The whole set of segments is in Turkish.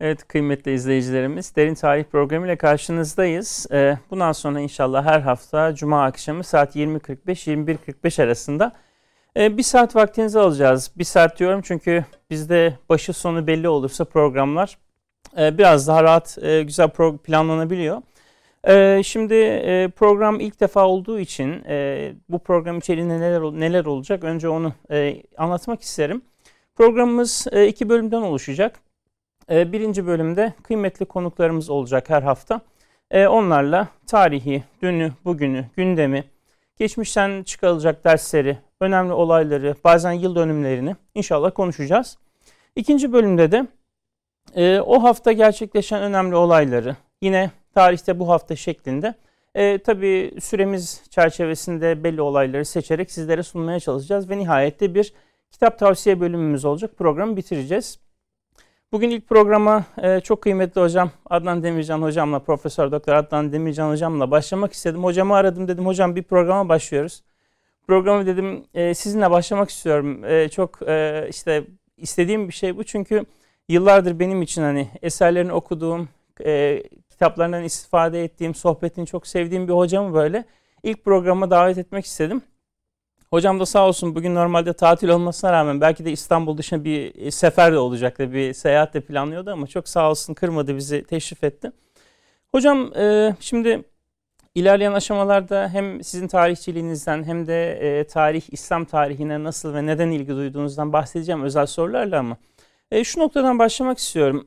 Evet kıymetli izleyicilerimiz, Derin Tarih programı ile karşınızdayız. Bundan sonra inşallah her hafta Cuma akşamı saat 20.45-21.45 arasında bir saat vaktinizi alacağız. Bir saat diyorum çünkü bizde başı sonu belli olursa programlar biraz daha rahat, güzel planlanabiliyor. Şimdi program ilk defa olduğu için bu program içeriğinde neler olacak önce onu anlatmak isterim. Programımız 2 bölümden oluşacak. Birinci bölümde kıymetli konuklarımız olacak her hafta. Onlarla tarihi, dünü, bugünü, gündemi, geçmişten çıkarılacak dersleri, önemli olayları, bazen yıl dönümlerini inşallah konuşacağız. İkinci bölümde de o hafta gerçekleşen önemli olayları, yine tarihte bu hafta şeklinde, tabii süremiz çerçevesinde belli olayları seçerek sizlere sunmaya çalışacağız. Ve nihayette bir kitap tavsiye bölümümüz olacak. Programı bitireceğiz. Bugün ilk programa çok kıymetli hocam Adnan Demircan hocamla, Profesör Doktor Adnan Demircan hocamla başlamak istedim. Hocamı aradım, dedim hocam bir programa başlıyoruz. Programı dedim sizinle başlamak istiyorum. Çok işte istediğim bir şey bu, çünkü yıllardır benim için hani eserlerini okuduğum, kitaplarından istifade ettiğim, sohbetini çok sevdiğim bir hocamı böyle ilk programa davet etmek istedim. Hocam da sağ olsun, bugün normalde tatil olmasına rağmen belki de İstanbul dışında bir sefer de olacaktı, bir seyahat de planlıyordu ama çok sağ olsun kırmadı bizi, teşrif etti. Hocam şimdi ilerleyen aşamalarda hem sizin tarihçiliğinizden hem de İslam tarihine nasıl ve neden ilgi duyduğunuzdan bahsedeceğim özel sorularla, ama şu noktadan başlamak istiyorum.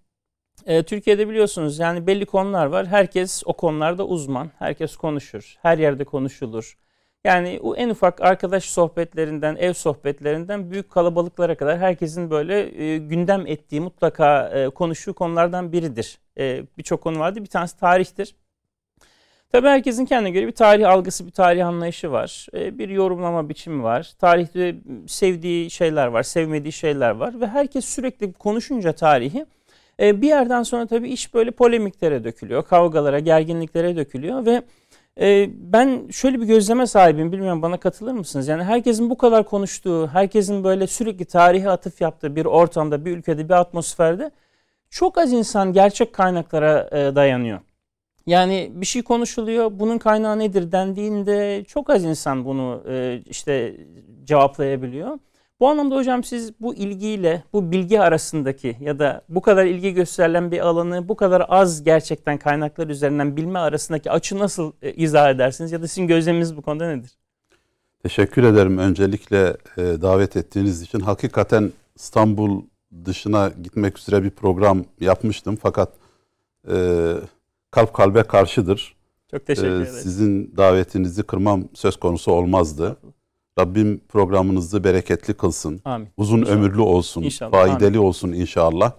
Türkiye'de biliyorsunuz yani belli konular var. Herkes o konularda uzman, herkes konuşur, her yerde konuşulur. Yani o en ufak arkadaş sohbetlerinden, ev sohbetlerinden büyük kalabalıklara kadar herkesin böyle gündem ettiği, mutlaka konuştuğu konulardan biridir. Birçok konu vardır. Bir tanesi tarihtir. Tabii herkesin kendine göre bir tarih algısı, bir tarih anlayışı var. Bir yorumlama biçimi var. Tarihte sevdiği şeyler var, sevmediği şeyler var. Ve herkes sürekli konuşunca tarihi, bir yerden sonra tabii iş böyle polemiklere dökülüyor, kavgalara, gerginliklere dökülüyor ve ben şöyle bir gözleme sahibim, bilmiyorum bana katılır mısınız? Yani herkesin bu kadar konuştuğu, herkesin böyle sürekli tarihe atıf yaptığı bir ortamda, bir ülkede, bir atmosferde çok az insan gerçek kaynaklara dayanıyor. Yani bir şey konuşuluyor, bunun kaynağı nedir dendiğinde çok az insan bunu işte cevaplayabiliyor. Bu anlamda hocam siz bu ilgiyle, bu bilgi arasındaki ya da bu kadar ilgi gösterilen bir alanı bu kadar az gerçekten kaynaklar üzerinden bilme arasındaki açı nasıl izah edersiniz? Ya da sizin gözleminiz bu konuda nedir? Teşekkür ederim öncelikle davet ettiğiniz için. Hakikaten İstanbul dışına gitmek üzere bir program yapmıştım. Fakat kalp kalbe karşıdır. Çok teşekkür ederim. Sizin davetinizi kırmam söz konusu olmazdı. Rabbim programınızı bereketli kılsın. Amin. Uzun İnşallah. ömürlü olsun. İnşallah. Faydalı Amin. olsun inşallah.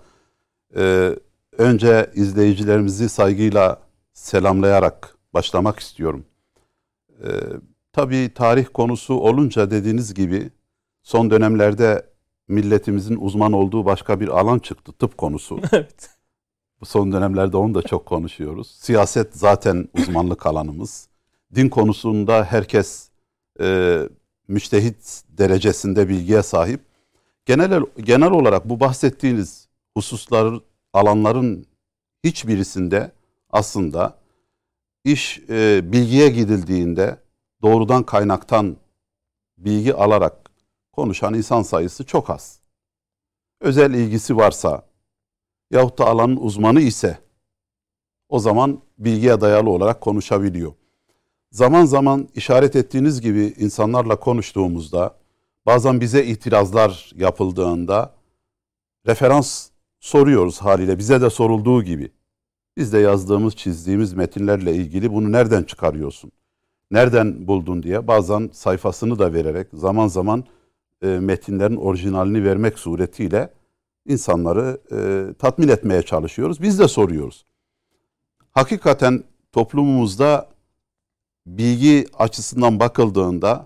Önce izleyicilerimizi saygıyla selamlayarak başlamak istiyorum. Tabii tarih konusu olunca dediğiniz gibi son dönemlerde milletimizin uzman olduğu başka bir alan çıktı. Tıp konusu. Evet. Bu son dönemlerde onu da çok konuşuyoruz. Siyaset zaten uzmanlık alanımız. Din konusunda herkes müştehit derecesinde bilgiye sahip. Genel olarak bu bahsettiğiniz alanların hiçbirisinde aslında iş bilgiye gidildiğinde doğrudan kaynaktan bilgi alarak konuşan insan sayısı çok az. Özel ilgisi varsa yahut da alanın uzmanı ise o zaman bilgiye dayalı olarak konuşabiliyor. Zaman zaman işaret ettiğiniz gibi insanlarla konuştuğumuzda, bazen bize itirazlar yapıldığında referans soruyoruz haliyle. Bize de sorulduğu gibi. Biz de yazdığımız, çizdiğimiz metinlerle ilgili bunu nereden çıkarıyorsun? Nereden buldun diye bazen sayfasını da vererek, zaman zaman metinlerin orijinalini vermek suretiyle insanları tatmin etmeye çalışıyoruz. Biz de soruyoruz. Hakikaten toplumumuzda bilgi açısından bakıldığında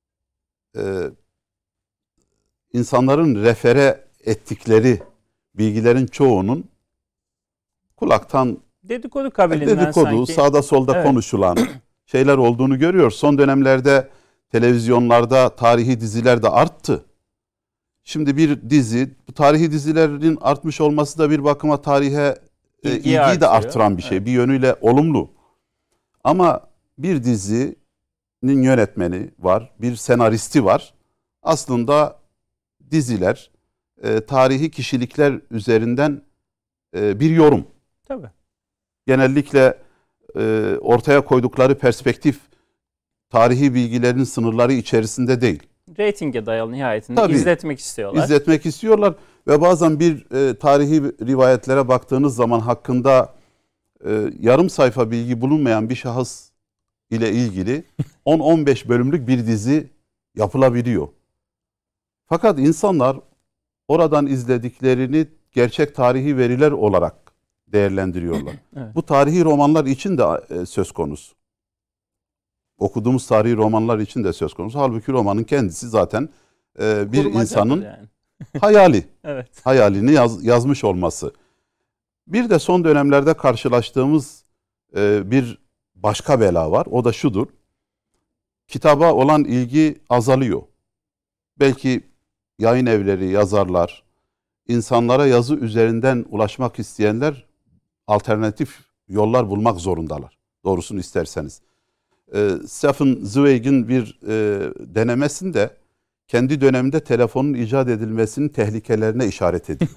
insanların refere ettikleri bilgilerin çoğunun kulaktan Dedikodu kabiliğinden sanki. Sağda solda konuşulan şeyler olduğunu görüyoruz. Son dönemlerde televizyonlarda tarihi diziler de arttı. Şimdi bir dizi, bu tarihi dizilerin artmış olması da bir bakıma tarihe ilgiyi de artırıyor. artıran bir şey. Evet. Bir yönüyle olumlu. Ama bir dizinin yönetmeni var, bir senaristi var. Aslında diziler tarihi kişilikler üzerinden bir yorum. Tabii. Genellikle ortaya koydukları perspektif tarihi bilgilerin sınırları içerisinde değil. Reytinge dayalı nihayetinde Tabii, izletmek istiyorlar. İzletmek istiyorlar ve bazen bir tarihi rivayetlere baktığınız zaman hakkında yarım sayfa bilgi bulunmayan bir şahıs ile ilgili 10-15 bölümlük bir dizi yapılabiliyor. Fakat insanlar oradan izlediklerini gerçek tarihi veriler olarak değerlendiriyorlar. Evet. Bu tarihi romanlar için de söz konusu. Okuduğumuz tarihi romanlar için de söz konusu. Halbuki romanın kendisi zaten bir Kurmacadır insanın yani. hayali. Evet. Hayalini yazmış olması. Bir de son dönemlerde karşılaştığımız bir başka bela var. O da şudur. Kitaba olan ilgi azalıyor. Belki yayın evleri, yazarlar, insanlara yazı üzerinden ulaşmak isteyenler alternatif yollar bulmak zorundalar. Doğrusunu isterseniz. Stephen Zweig'in bir denemesinde kendi döneminde telefonun icat edilmesinin tehlikelerine işaret ediyor.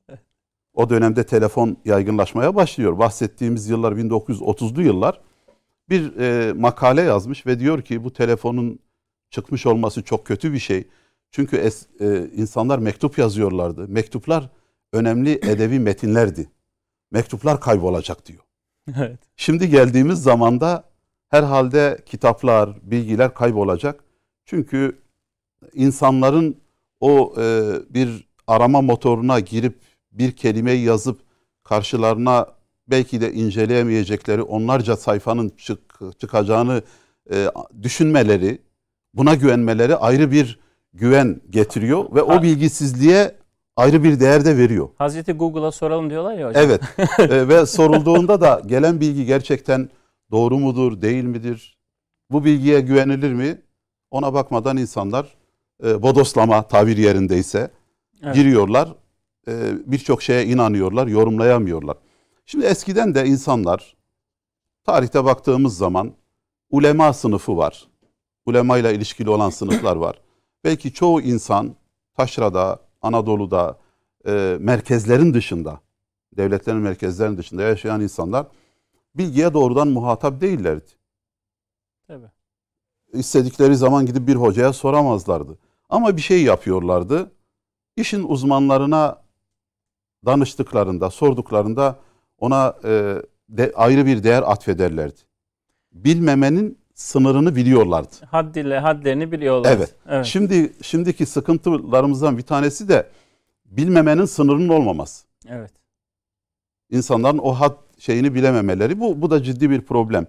O dönemde telefon yaygınlaşmaya başlıyor. Bahsettiğimiz yıllar 1930'lu yıllar. Bir makale yazmış ve diyor ki bu telefonun çıkmış olması çok kötü bir şey. Çünkü insanlar mektup yazıyorlardı. Mektuplar önemli edebi metinlerdi. Mektuplar kaybolacak diyor. Evet. Şimdi geldiğimiz zamanda herhalde kitaplar, bilgiler kaybolacak. Çünkü insanların o bir arama motoruna girip bir kelimeyi yazıp karşılarına belki de inceleyemeyecekleri onlarca sayfanın çıkacağını düşünmeleri, buna güvenmeleri ayrı bir güven getiriyor ve o bilgisizliğe ayrı bir değer de veriyor. Hazreti Google'a soralım diyorlar ya hocam. Evet. Ve sorulduğunda da gelen bilgi gerçekten doğru mudur, değil midir? Bu bilgiye güvenilir mi? Ona bakmadan insanlar bodoslama tabir yerindeyse giriyorlar. Birçok şeye inanıyorlar, yorumlayamıyorlar. Şimdi eskiden de insanlar, tarihte baktığımız zaman ulema sınıfı var. Ulema ile ilişkili olan sınıflar var. Belki çoğu insan taşrada, Anadolu'da, merkezlerin dışında, devletlerin merkezlerinin dışında yaşayan insanlar bilgiye doğrudan muhatap değillerdi. Tabii. İstedikleri zaman gidip bir hocaya soramazlardı. Ama bir şey yapıyorlardı. İşin uzmanlarına danıştıklarında, sorduklarında ona ayrı bir değer atfederlerdi. Bilmemenin sınırını biliyorlardı. Hadlerini biliyorlar. Evet. Şimdiki sıkıntılarımızdan bir tanesi de bilmemenin sınırının olmaması. Evet. İnsanların o had şeyini bilememeleri. Bu da ciddi bir problem.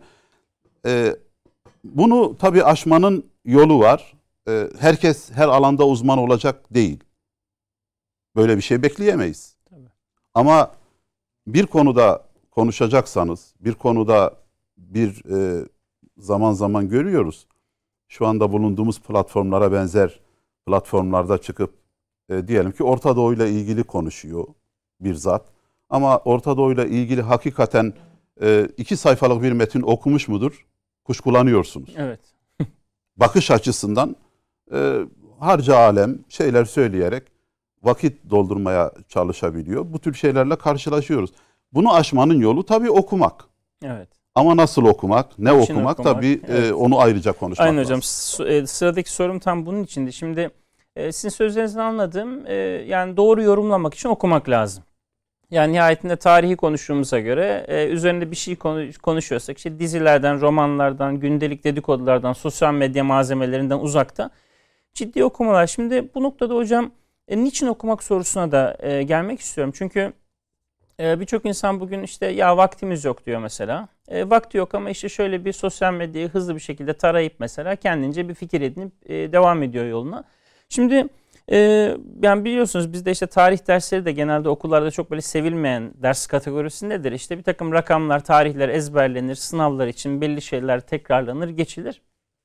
Bunu tabii aşmanın yolu var. Herkes her alanda uzman olacak değil. Böyle bir şey bekleyemeyiz. Tabii. Ama bir konuda konuşacaksanız, bir konuda zaman zaman görüyoruz. Şu anda bulunduğumuz platformlara benzer platformlarda çıkıp diyelim ki Orta Doğu ile ilgili konuşuyor bir zat. Ama Orta Doğu ile ilgili hakikaten 2 sayfalık bir metin okumuş mudur? Kuşkulanıyorsunuz. Evet. Bakış açısından harca alem şeyler söyleyerek vakit doldurmaya çalışabiliyor. Bu tür şeylerle karşılaşıyoruz. Bunu aşmanın yolu tabii okumak. Evet. Ama nasıl okumak, ne okumak tabii evet. Onu ayrıca konuşmak Aynen lazım. hocam. Sıradaki sorum tam bunun içindi. Şimdi sizin sözlerinizden anladığım yani doğru yorumlamak için okumak lazım. Yani nihayetinde tarihi konuştuğumuza göre üzerinde bir şey konuşuyorsak işte dizilerden, romanlardan, gündelik dedikodulardan, sosyal medya malzemelerinden uzakta ciddi okumalar. Şimdi bu noktada hocam niçin okumak sorusuna da gelmek istiyorum. Çünkü birçok insan bugün işte ya vaktimiz yok diyor mesela. Vakti yok ama işte şöyle bir sosyal medyayı hızlı bir şekilde tarayıp mesela kendince bir fikir edinip devam ediyor yoluna. Şimdi yani biliyorsunuz bizde işte tarih dersleri de genelde okullarda çok böyle sevilmeyen ders kategorisindedir. İşte bir takım rakamlar, tarihler ezberlenir, sınavlar için belli şeyler tekrarlanır, geçilir.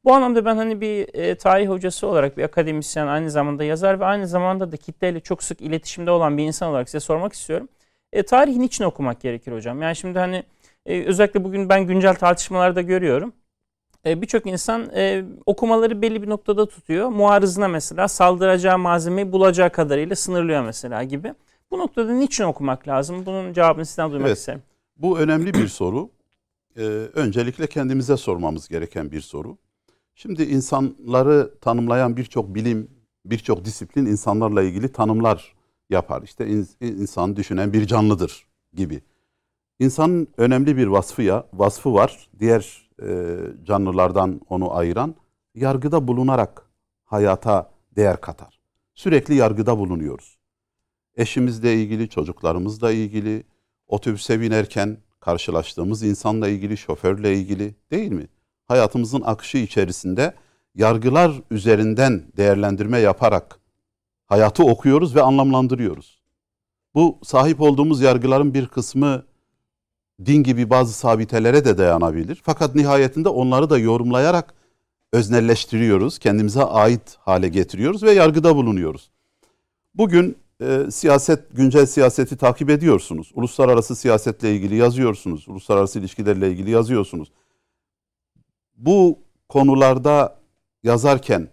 Bu anlamda ben hani bir tarih hocası olarak, bir akademisyen, aynı zamanda yazar ve aynı zamanda da kitleyle çok sık iletişimde olan bir insan olarak size sormak istiyorum. Tarihi niçin okumak gerekir hocam? Yani şimdi hani özellikle bugün ben güncel tartışmalarda görüyorum. Birçok insan okumaları belli bir noktada tutuyor. Muarızına mesela saldıracağı malzemeyi bulacağı kadarıyla sınırlıyor mesela gibi. Bu noktada niçin okumak lazım? Bunun cevabını sizden duymak isterim. Bu önemli bir soru. Öncelikle kendimize sormamız gereken bir soru. Şimdi insanları tanımlayan birçok bilim, birçok disiplin insanlarla ilgili tanımlar yapar. İşte insan düşünen bir canlıdır gibi. İnsanın önemli bir vasfı var. Diğer canlılardan onu ayıran, yargıda bulunarak hayata değer katar. Sürekli yargıda bulunuyoruz. Eşimizle ilgili, çocuklarımızla ilgili, otobüse binerken karşılaştığımız insanla ilgili, şoförle ilgili, değil mi? Hayatımızın akışı içerisinde yargılar üzerinden değerlendirme yaparak hayatı okuyoruz ve anlamlandırıyoruz. Bu sahip olduğumuz yargıların bir kısmı din gibi bazı sabitelere de dayanabilir. Fakat nihayetinde onları da yorumlayarak öznelleştiriyoruz, kendimize ait hale getiriyoruz ve yargıda bulunuyoruz. Bugün güncel siyaseti takip ediyorsunuz. Uluslararası siyasetle ilgili yazıyorsunuz. Uluslararası ilişkilerle ilgili yazıyorsunuz. Bu konularda yazarken,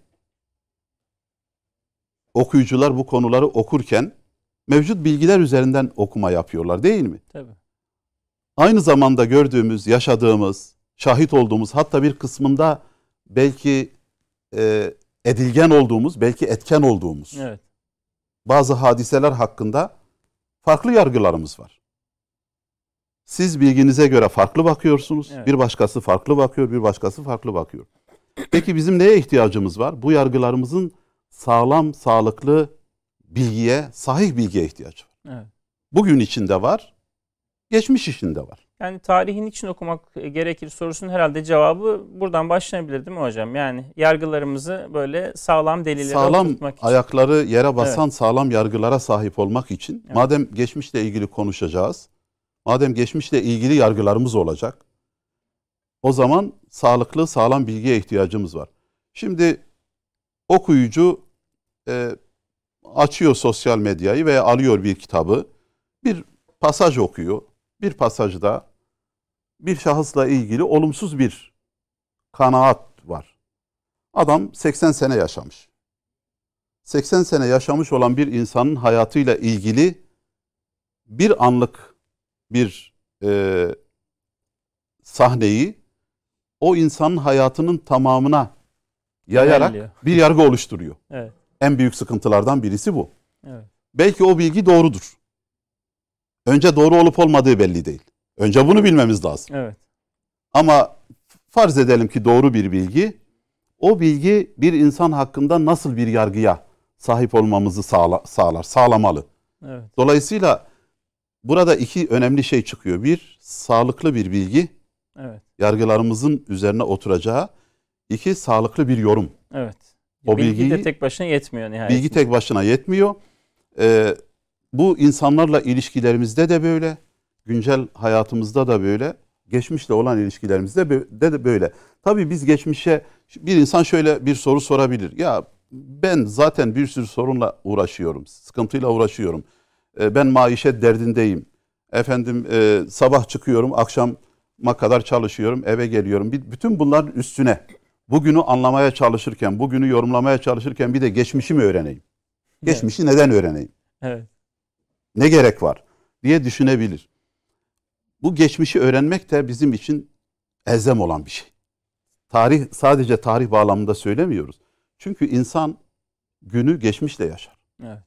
okuyucular bu konuları okurken mevcut bilgiler üzerinden okuma yapıyorlar, değil mi? Tabii. Aynı zamanda gördüğümüz, yaşadığımız, şahit olduğumuz, hatta bir kısmında belki edilgen olduğumuz, belki etken olduğumuz bazı hadiseler hakkında farklı yargılarımız var. Siz bilginize göre farklı bakıyorsunuz, bir başkası farklı bakıyor, bir başkası farklı bakıyor. Peki bizim neye ihtiyacımız var? Bu yargılarımızın sağlam, sağlıklı bilgiye, sahih bilgiye ihtiyacı var. Evet. Bugün içinde var, geçmiş içinde var. Yani tarihin için okumak gerekir sorusunun herhalde cevabı buradan başlanabilir değil mi hocam? Yani yargılarımızı böyle sağlam delillere oturtmak için. Ayakları yere basan sağlam yargılara sahip olmak için. Evet. Madem geçmişle ilgili konuşacağız, madem geçmişle ilgili yargılarımız olacak, o zaman sağlıklı, sağlam bilgiye ihtiyacımız var. Şimdi okuyucu açıyor sosyal medyayı veya alıyor bir kitabı, bir pasaj okuyor. Bir pasajda bir şahısla ilgili olumsuz bir kanaat var. Adam 80 sene yaşamış. 80 sene yaşamış olan bir insanın hayatıyla ilgili bir anlık bir sahneyi o insanın hayatının tamamına yayarak bir yargı oluşturuyor. Evet. En büyük sıkıntılardan birisi bu. Evet. Belki o bilgi doğrudur. Önce doğru olup olmadığı belli değil. Önce bunu bilmemiz lazım. Evet. Ama farz edelim ki doğru bir bilgi. O bilgi bir insan hakkında nasıl bir yargıya sahip olmamızı sağlamalı. Evet. Dolayısıyla burada iki önemli şey çıkıyor. Bir, sağlıklı bir bilgi. Evet. Yargılarımızın üzerine oturacağı. İki, sağlıklı bir yorum. Evet. O bilgi de tek başına yetmiyor nihayetinde. Bilgi tek başına yetmiyor. Bu insanlarla ilişkilerimizde de böyle, güncel hayatımızda da böyle, geçmişle olan ilişkilerimizde de böyle. Tabii biz geçmişe, bir insan şöyle bir soru sorabilir. Ya ben zaten bir sürü sorunla uğraşıyorum, sıkıntıyla uğraşıyorum. Ben maişet derdindeyim. Efendim sabah çıkıyorum, akşama kadar çalışıyorum, eve geliyorum. Bütün bunların üstüne bugünü anlamaya çalışırken, bugünü yorumlamaya çalışırken bir de geçmişi mi öğreneyim? Geçmişi neden öğreneyim? Evet. Ne gerek var diye düşünebilir. Bu geçmişi öğrenmek de bizim için elzem olan bir şey. Sadece tarih bağlamında söylemiyoruz. Çünkü insan günü geçmişle yaşar. Evet.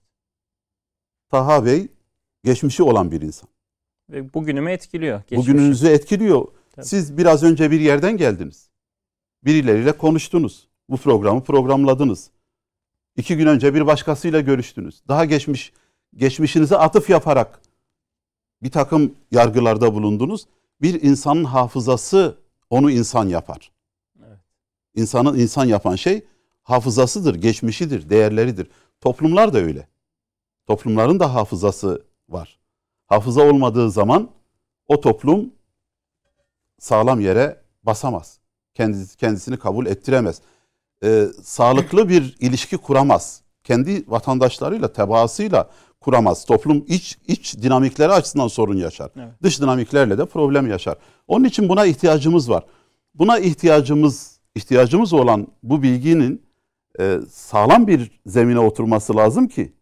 Taha Bey geçmişi olan bir insan. Ve bugünümü etkiliyor. Geçmişi. Bugününüzü etkiliyor. Tabii. Siz biraz önce bir yerden geldiniz. Birileriyle konuştunuz. Bu programı programladınız. 2 gün önce bir başkasıyla görüştünüz. Daha geçmişinize atıf yaparak bir takım yargılarda bulundunuz. Bir insanın hafızası onu insan yapar. Evet. İnsanın insan yapan şey hafızasıdır, geçmişidir, değerleridir. Toplumlar da öyle. Toplumların da hafızası var. Hafıza olmadığı zaman o toplum sağlam yere basamaz. kendisini kabul ettiremez. Sağlıklı bir ilişki kuramaz. Kendi vatandaşlarıyla, tebaasıyla kuramaz. Toplum iç dinamikleri açısından sorun yaşar. Evet. Dış dinamiklerle de problem yaşar. Onun için buna ihtiyacımız var. Buna ihtiyacımız olan bu bilginin sağlam bir zemine oturması lazım ki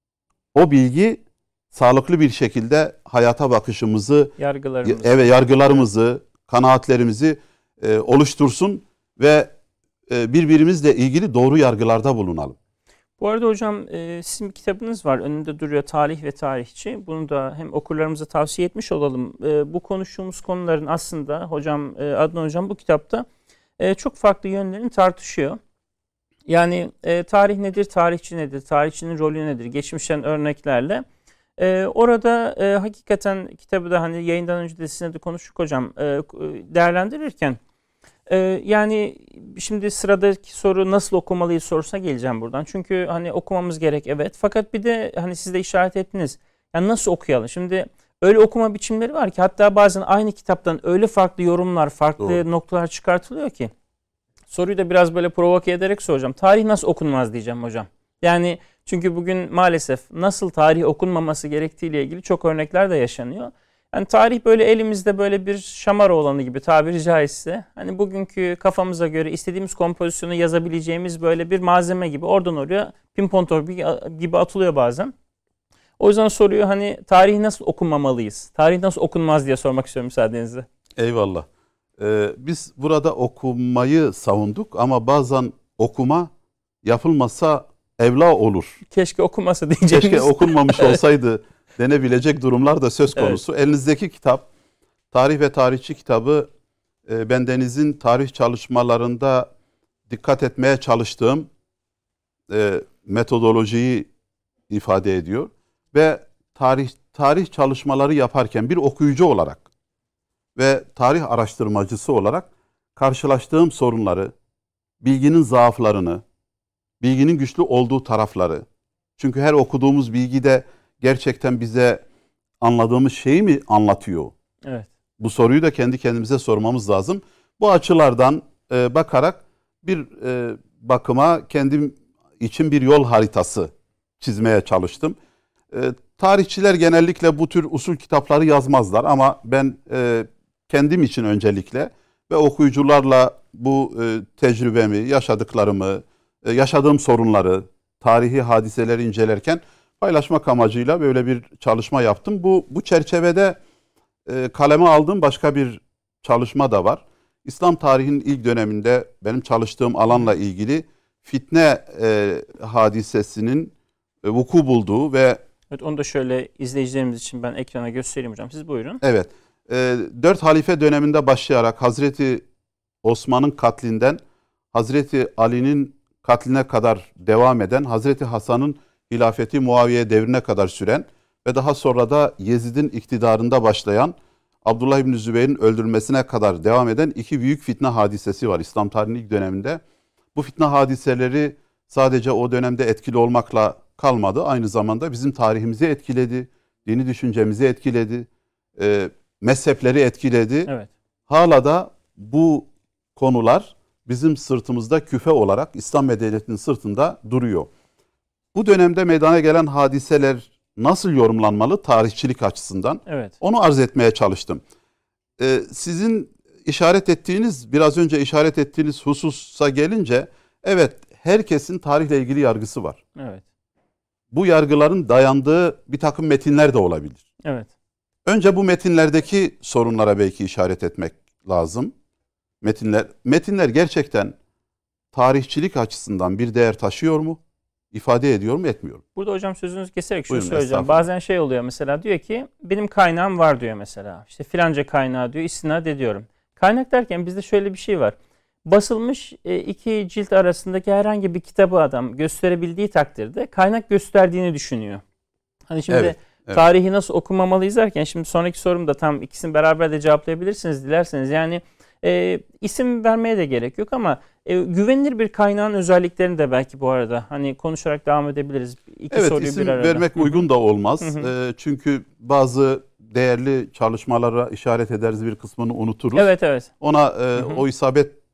o bilgi sağlıklı bir şekilde hayata bakışımızı, yargılarımızı, kanaatlerimizi oluştursun ve birbirimizle ilgili doğru yargılarda bulunalım. Bu arada hocam sizin bir kitabınız var. Önünde duruyor, Tarih ve Tarihçi. Bunu da hem okurlarımıza tavsiye etmiş olalım. Bu konuştuğumuz konuların aslında hocam, Adnan hocam bu kitapta çok farklı yönlerini tartışıyor. Yani tarih nedir, tarihçi nedir, tarihçinin rolü nedir, geçmişten örneklerle. Orada hakikaten kitabı da hani yayından önce de sizinle de konuştuk hocam, değerlendirirken yani şimdi sıradaki soru nasıl okumalıyız sorusuna geleceğim buradan. Çünkü hani okumamız gerek, evet, fakat bir de hani siz de işaret ettiniz. Yani nasıl okuyalım? Şimdi öyle okuma biçimleri var ki hatta bazen aynı kitaptan öyle farklı yorumlar, farklı noktalar çıkartılıyor ki. Soruyu da biraz böyle provoke ederek soracağım. Tarih nasıl okunmaz diyeceğim hocam. Yani çünkü bugün maalesef nasıl tarih okunmaması gerektiğiyle ilgili çok örnekler de yaşanıyor. Yani tarih böyle elimizde böyle bir şamar olanı gibi, tabiri caizse. Hani bugünkü kafamıza göre istediğimiz kompozisyonu yazabileceğimiz böyle bir malzeme gibi oradan oraya pimpon gibi atılıyor bazen. O yüzden soruyu hani tarihi nasıl okunmamalıyız? Tarih nasıl okunmaz diye sormak istiyorum müsaadenizle. Eyvallah. Biz burada okumayı savunduk ama bazen okuma yapılmasa evla olur. Keşke okunmasa diyeceğimiz. Keşke okunmamış olsaydı denebilecek durumlar da söz konusu. Evet. Elinizdeki kitap, Tarih ve Tarihçi kitabı, bendenizin tarih çalışmalarında dikkat etmeye çalıştığım metodolojiyi ifade ediyor. Ve tarih çalışmaları yaparken bir okuyucu olarak ve tarih araştırmacısı olarak karşılaştığım sorunları, bilginin zaaflarını, bilginin güçlü olduğu tarafları. Çünkü her okuduğumuz bilgi de gerçekten bize anladığımız şeyi mi anlatıyor? Evet. Bu soruyu da kendi kendimize sormamız lazım. Bu açılardan bakarak bir bakıma kendim için bir yol haritası çizmeye çalıştım. Tarihçiler genellikle bu tür usul kitapları yazmazlar ama ben kendim için öncelikle ve okuyucularla bu tecrübemi, yaşadıklarımı, yaşadığım sorunları, tarihi hadiseleri incelerken paylaşmak amacıyla böyle bir çalışma yaptım. Bu çerçevede kaleme aldığım başka bir çalışma da var. İslam tarihinin ilk döneminde benim çalıştığım alanla ilgili fitne hadisesinin vuku bulduğu ve... Evet, onu da şöyle izleyicilerimiz için ben ekrana göstereyim hocam. Siz buyurun. Evet. 4 halife döneminde başlayarak Hazreti Osman'ın katlinden Hazreti Ali'nin katline kadar devam eden, Hazreti Hasan'ın hilafeti Muaviye devrine kadar süren ve daha sonra da Yezid'in iktidarında başlayan Abdullah İbni Zübeyir'in öldürülmesine kadar devam eden iki büyük fitne hadisesi var İslam tarihinin ilk döneminde. Bu fitne hadiseleri sadece o dönemde etkili olmakla kalmadı. Aynı zamanda bizim tarihimizi etkiledi, dini düşüncemizi etkiledi, mezhepleri etkiledi. Evet. Hala da bu konular bizim sırtımızda küfe olarak İslam medeniyetinin sırtında duruyor. Bu dönemde meydana gelen hadiseler nasıl yorumlanmalı tarihçilik açısından? Evet. Onu arz etmeye çalıştım. Sizin biraz önce işaret ettiğiniz hususa gelince, evet, herkesin tarihle ilgili yargısı var. Evet. Bu yargıların dayandığı bir takım metinler de olabilir. Evet. Önce bu metinlerdeki sorunlara belki işaret etmek lazım. Metinler gerçekten tarihçilik açısından bir değer taşıyor mu? İfade ediyor mu, etmiyor mu? Burada hocam sözünüzü keserek şunu Buyurun, söyleyeceğim. Bazen şey oluyor mesela, diyor ki benim kaynağım var diyor mesela. İşte filanca kaynağı diyor, istinad ediyorum. Kaynak derken bizde şöyle bir şey var. Basılmış iki cilt arasındaki herhangi bir kitabı adam gösterebildiği takdirde kaynak gösterdiğini düşünüyor. Hani şimdi Evet. tarihi nasıl okumamalıyız derken, şimdi sonraki sorum da tam ikisini beraber de cevaplayabilirsiniz dilerseniz. Yani isim vermeye de gerek yok ama güvenilir bir kaynağın özelliklerini de belki bu arada hani konuşarak devam edebiliriz. Evet, isim vermek uygun da olmaz. Çünkü bazı değerli çalışmalara işaret ederiz, bir kısmını unuturuz. Evet. Ona o isabet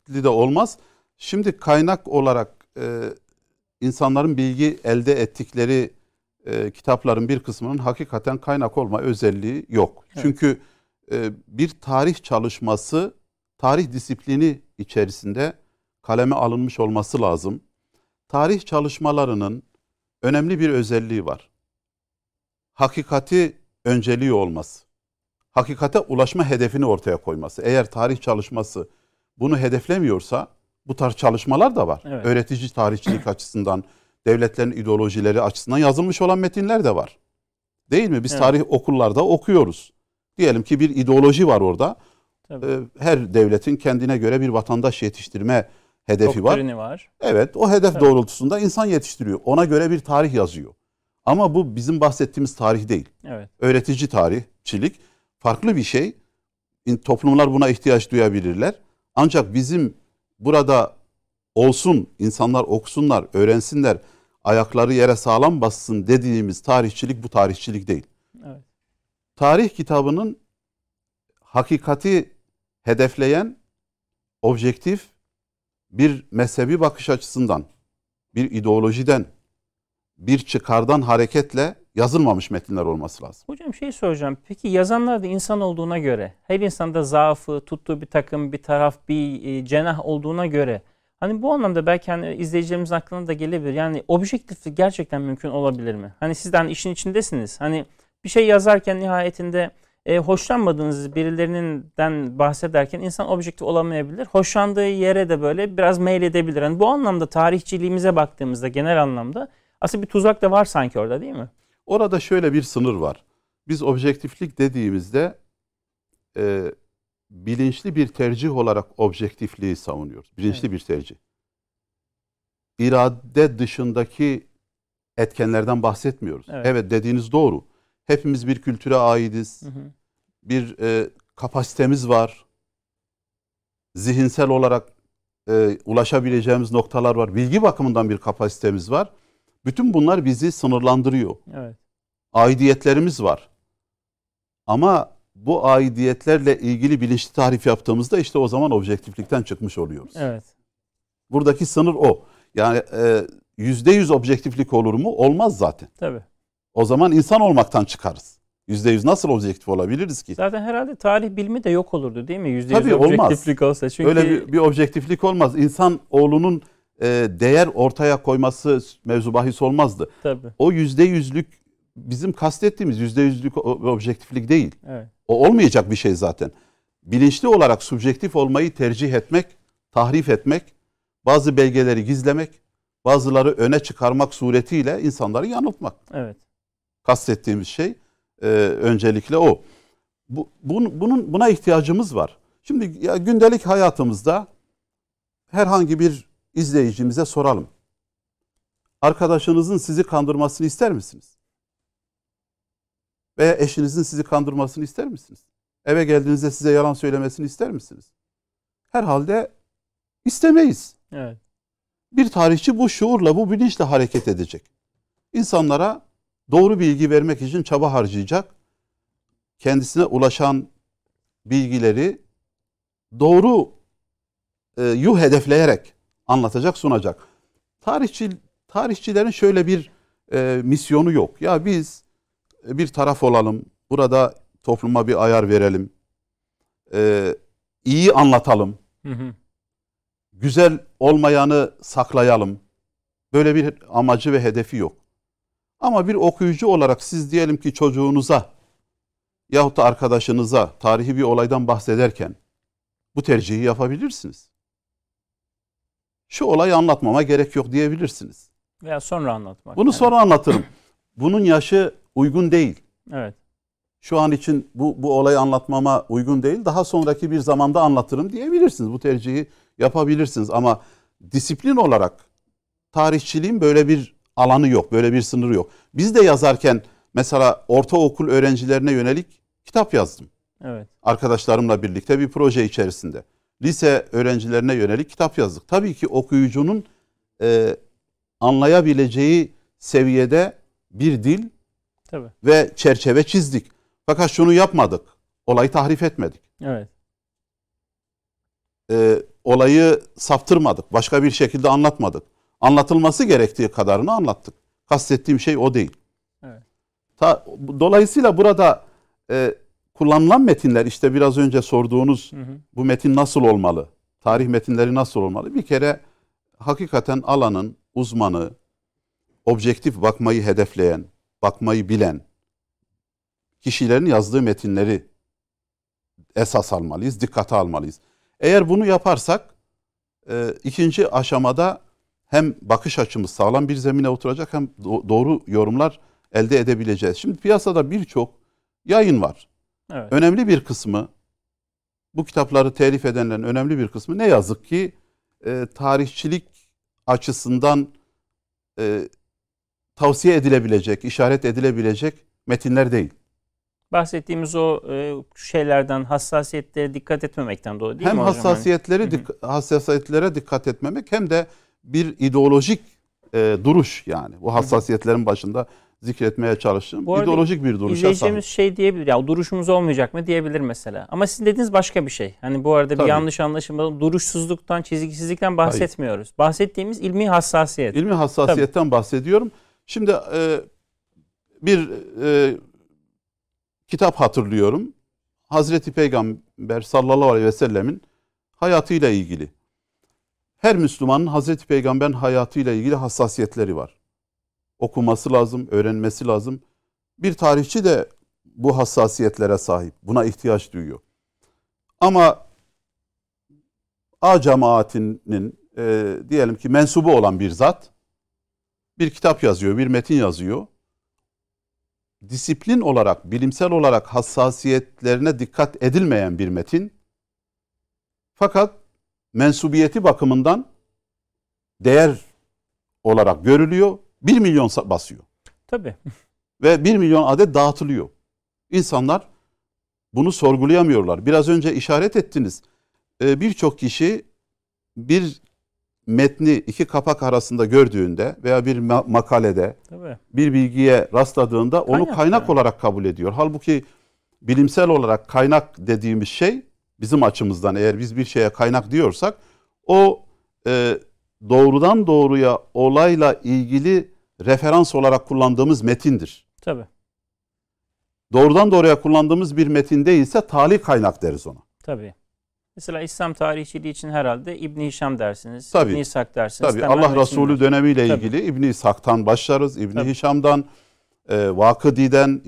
çeşitli de olmaz. Şimdi kaynak olarak insanların bilgi elde ettikleri kitapların bir kısmının hakikaten kaynak olma özelliği yok. Evet. Çünkü bir tarih çalışması tarih disiplini içerisinde kaleme alınmış olması lazım. Tarih çalışmalarının önemli bir özelliği var. Hakikati önceliği olması. Hakikate ulaşma hedefini ortaya koyması. Eğer tarih çalışması bunu hedeflemiyorsa bu tarz çalışmalar da var. Evet. Öğretici tarihçilik açısından, devletlerin ideolojileri açısından yazılmış olan metinler de var. Değil mi? Biz tarih okullarda okuyoruz. Diyelim ki bir ideoloji var orada. Her devletin kendine göre bir vatandaş yetiştirme hedefi var. Evet, o hedef doğrultusunda insan yetiştiriyor. Ona göre bir tarih yazıyor. Ama bu bizim bahsettiğimiz tarih değil. Evet. Öğretici tarihçilik farklı bir şey. Toplumlar buna ihtiyaç duyabilirler. Ancak bizim burada olsun, insanlar okusunlar, öğrensinler, ayakları yere sağlam bassın dediğimiz tarihçilik bu tarihçilik değil. Evet. Tarih kitabının hakikati hedefleyen, objektif bir mezhebi bakış açısından, bir ideolojiden, bir çıkardan hareketle yazılmamış metinler olması lazım. Hocam soracağım. Peki yazanlar da insan olduğuna göre, her insanda zaafı, tuttuğu bir takım, bir taraf, bir cenah olduğuna göre, hani bu anlamda belki hani izleyicilerimizin aklına da gelebilir. Yani objektiflik gerçekten mümkün olabilir mi? Hani siz de hani işin içindesiniz. Hani bir şey yazarken nihayetinde hoşlanmadığınız birilerinden bahsederken insan objektif olamayabilir. Hoşlandığı yere de böyle biraz meyledebilir. Yani bu anlamda tarihçiliğimize baktığımızda genel anlamda aslında bir tuzak da var sanki orada, değil mi? Orada şöyle bir sınır var. Biz objektiflik dediğimizde bilinçli bir tercih olarak objektifliği savunuyoruz. Bilinçli bir tercih. İrade dışındaki etkenlerden bahsetmiyoruz. Evet, dediğiniz doğru. Hepimiz bir kültüre aidiz. Bir kapasitemiz var. Zihinsel olarak ulaşabileceğimiz noktalar var. Bilgi bakımından bir kapasitemiz var. Bütün bunlar bizi sınırlandırıyor. Evet. Aidiyetlerimiz var. Ama bu aidiyetlerle ilgili bilinçli tarif yaptığımızda işte o zaman objektiflikten çıkmış oluyoruz. Evet. Buradaki sınır o. Yani %100 objektiflik olur mu? Olmaz zaten. Tabii. O zaman insan olmaktan çıkarız. %100 nasıl objektif olabiliriz ki? Zaten herhalde tarih bilimi de yok olurdu, değil mi? %100 tabii objektiflik olmaz. Olsa. Çünkü öyle bir objektiflik olmaz. İnsan oğlunun değer ortaya koyması mevzu bahis olmazdı. Tabii. O %100'lük bizim kastettiğimiz %100'lük objektiflik değil. Evet. O olmayacak bir şey zaten. Bilinçli olarak subjektif olmayı tercih etmek, tahrif etmek, bazı belgeleri gizlemek, bazıları öne çıkarmak suretiyle insanları yanıltmak. Evet. Kastettiğimiz şey öncelikle o. Buna ihtiyacımız var. Şimdi ya gündelik hayatımızda herhangi bir izleyicimize soralım. Arkadaşınızın sizi kandırmasını ister misiniz? Veya eşinizin sizi kandırmasını ister misiniz? Eve geldiğinizde size yalan söylemesini ister misiniz? Herhalde istemeyiz. Evet. Bir tarihçi bu şuurla, bu bilinçle hareket edecek. İnsanlara doğru bilgi vermek için çaba harcayacak. Kendisine ulaşan bilgileri doğru hedefleyerek anlatacak, sunacak. Tarihçilerin şöyle bir misyonu yok. Ya biz bir taraf olalım, burada topluma bir ayar verelim, iyi anlatalım, güzel olmayanı saklayalım. Böyle bir amacı ve hedefi yok. Ama bir okuyucu olarak siz diyelim ki çocuğunuza yahut da arkadaşınıza tarihi bir olaydan bahsederken bu tercihi yapabilirsiniz. Şu olayı anlatmama gerek yok diyebilirsiniz. Veya sonra anlatmak. Bunu sonra anlatırım. Bunun yaşı uygun değil. Evet. Şu an için bu olayı anlatmama uygun değil. Daha sonraki bir zamanda anlatırım diyebilirsiniz. Bu tercihi yapabilirsiniz. Ama disiplin olarak tarihçiliğin böyle bir alanı yok. Böyle bir sınırı yok. Biz de yazarken mesela ortaokul öğrencilerine yönelik kitap yazdım. Evet. Arkadaşlarımla birlikte bir proje içerisinde. Lise öğrencilerine yönelik kitap yazdık. Tabii ki okuyucunun anlayabileceği seviyede bir dil tabii. Ve çerçeve çizdik. Fakat şunu yapmadık. Olayı tahrif etmedik. Evet. olayı saptırmadık. Başka bir şekilde anlatmadık. Anlatılması gerektiği kadarını anlattık. Kastettiğim şey o değil. Evet. Dolayısıyla burada kullanılan metinler, işte biraz önce sorduğunuz bu metin nasıl olmalı? Tarih metinleri nasıl olmalı? Bir kere hakikaten alanın uzmanı, objektif bakmayı hedefleyen, bakmayı bilen kişilerin yazdığı metinleri esas almalıyız, dikkate almalıyız. Eğer bunu yaparsak ikinci aşamada hem bakış açımız sağlam bir zemine oturacak, hem doğru yorumlar elde edebileceğiz. Şimdi piyasada birçok yayın var. Evet. Önemli bir kısmı, bu kitapları telif edenlerin önemli bir kısmı ne yazık ki tarihçilik açısından tavsiye edilebilecek, işaret edilebilecek metinler değil. Bahsettiğimiz o şeylerden, hassasiyetlere dikkat etmemekten dolayı değil hem mi hocam? hassasiyetlere dikkat etmemek, hem de bir ideolojik duruş, yani bu hassasiyetlerin başında zikretmeye çalıştığım ideolojik bir duruşa izleyeceğimiz sahip. şey diyebilir ya, duruşumuz olmayacak mı diyebilir mesela. Ama sizin dediğiniz başka bir şey. Hani bu arada bir yanlış anlaşılma, duruşsuzluktan, çizgisizlikten bahsetmiyoruz. Hayır. Bahsettiğimiz ilmi hassasiyet. İlmi hassasiyetten bahsediyorum. Şimdi bir kitap hatırlıyorum. Hazreti Peygamber sallallahu aleyhi ve sellemin hayatıyla ilgili. Her Müslümanın Hazreti Peygamber'in hayatıyla ilgili hassasiyetleri var. Okuması lazım, öğrenmesi lazım. Bir tarihçi de bu hassasiyetlere sahip. Buna ihtiyaç duyuyor. Ama A cemaatinin diyelim ki mensubu olan bir zat bir kitap yazıyor, bir metin yazıyor. Disiplin olarak, bilimsel olarak hassasiyetlerine dikkat edilmeyen bir metin. Fakat mensubiyeti bakımından değer olarak görülüyor. 1 milyon basıyor. Tabii. Ve 1 milyon adet dağıtılıyor. İnsanlar bunu sorgulayamıyorlar. Biraz önce işaret ettiniz. Birçok kişi bir metni iki kapak arasında gördüğünde veya bir makalede bir bilgiye rastladığında onu kaynak olarak kabul ediyor. Halbuki bilimsel olarak kaynak dediğimiz şey, bizim açımızdan eğer biz bir şeye kaynak diyorsak, o doğrudan doğruya olayla ilgili referans olarak kullandığımız metindir. Tabii. Doğrudan doğruya kullandığımız bir metin değilse tali kaynak deriz ona. Tabii. Mesela İslam tarihçiliği için herhalde İbn Hişam dersiniz, tabii, İbn İshak dersiniz. Tabii Allah Resulü dönemiyle ilgili İbn İshak'tan başlarız, İbn Hişam'dan, Vakıdi'den,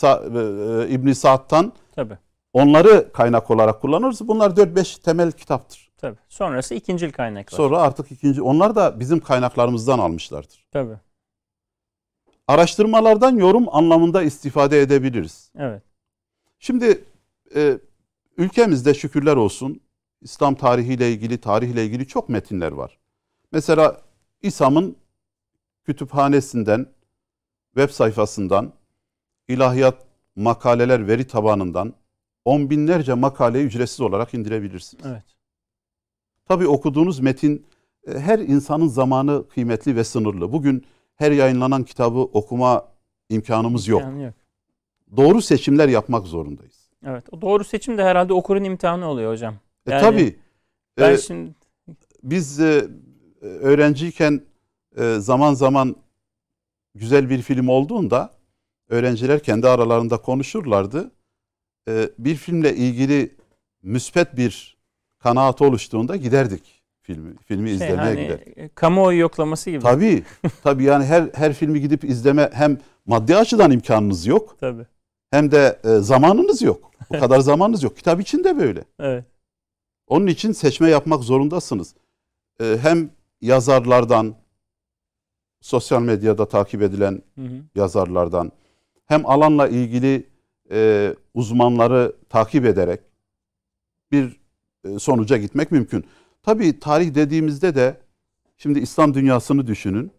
İbn Sa'd'tan. Tabii. Onları kaynak olarak kullanırız. Bunlar 4-5 temel kitaptır. Tabii. Sonrası ikincil kaynaklar. Sonra artık ikinci, onlar da bizim kaynaklarımızdan almışlardır. Tabii. Araştırmalardan yorum anlamında istifade edebiliriz. Evet. Şimdi ülkemizde şükürler olsun İslam tarihiyle ilgili, tarihle ilgili çok metinler var. Mesela İSAM'ın kütüphanesinden, web sayfasından, ilahiyat makaleler veri tabanından 10 binlerce makaleyi ücretsiz olarak indirebilirsiniz. Evet. Tabii okuduğunuz metin, her insanın zamanı kıymetli ve sınırlı. Bugün her yayınlanan kitabı okuma imkanımız yok. Yok. Doğru seçimler yapmak zorundayız. Evet. O doğru seçim de herhalde okurun imtihanı oluyor hocam. Yani tabii. Şimdi biz öğrenciyken zaman zaman güzel bir film olduğunda öğrenciler kendi aralarında konuşurlardı. Bir filmle ilgili müspet bir kanaat oluştuğunda giderdik filmi izlemeye giderdik. Kamuoyu yoklaması gibi. Tabii. Tabii, yani her filmi gidip izleme, hem maddi açıdan imkanınız yok. Tabii. Hem de zamanınız yok. Bu kadar zamanınız yok. Kitap için de böyle. Evet. Onun için seçme yapmak zorundasınız. Hem yazarlardan, sosyal medyada takip edilen yazarlardan, hem alanla ilgili uzmanları takip ederek bir sonuca gitmek mümkün. Tabii tarih dediğimizde de şimdi İslam dünyasını düşünün.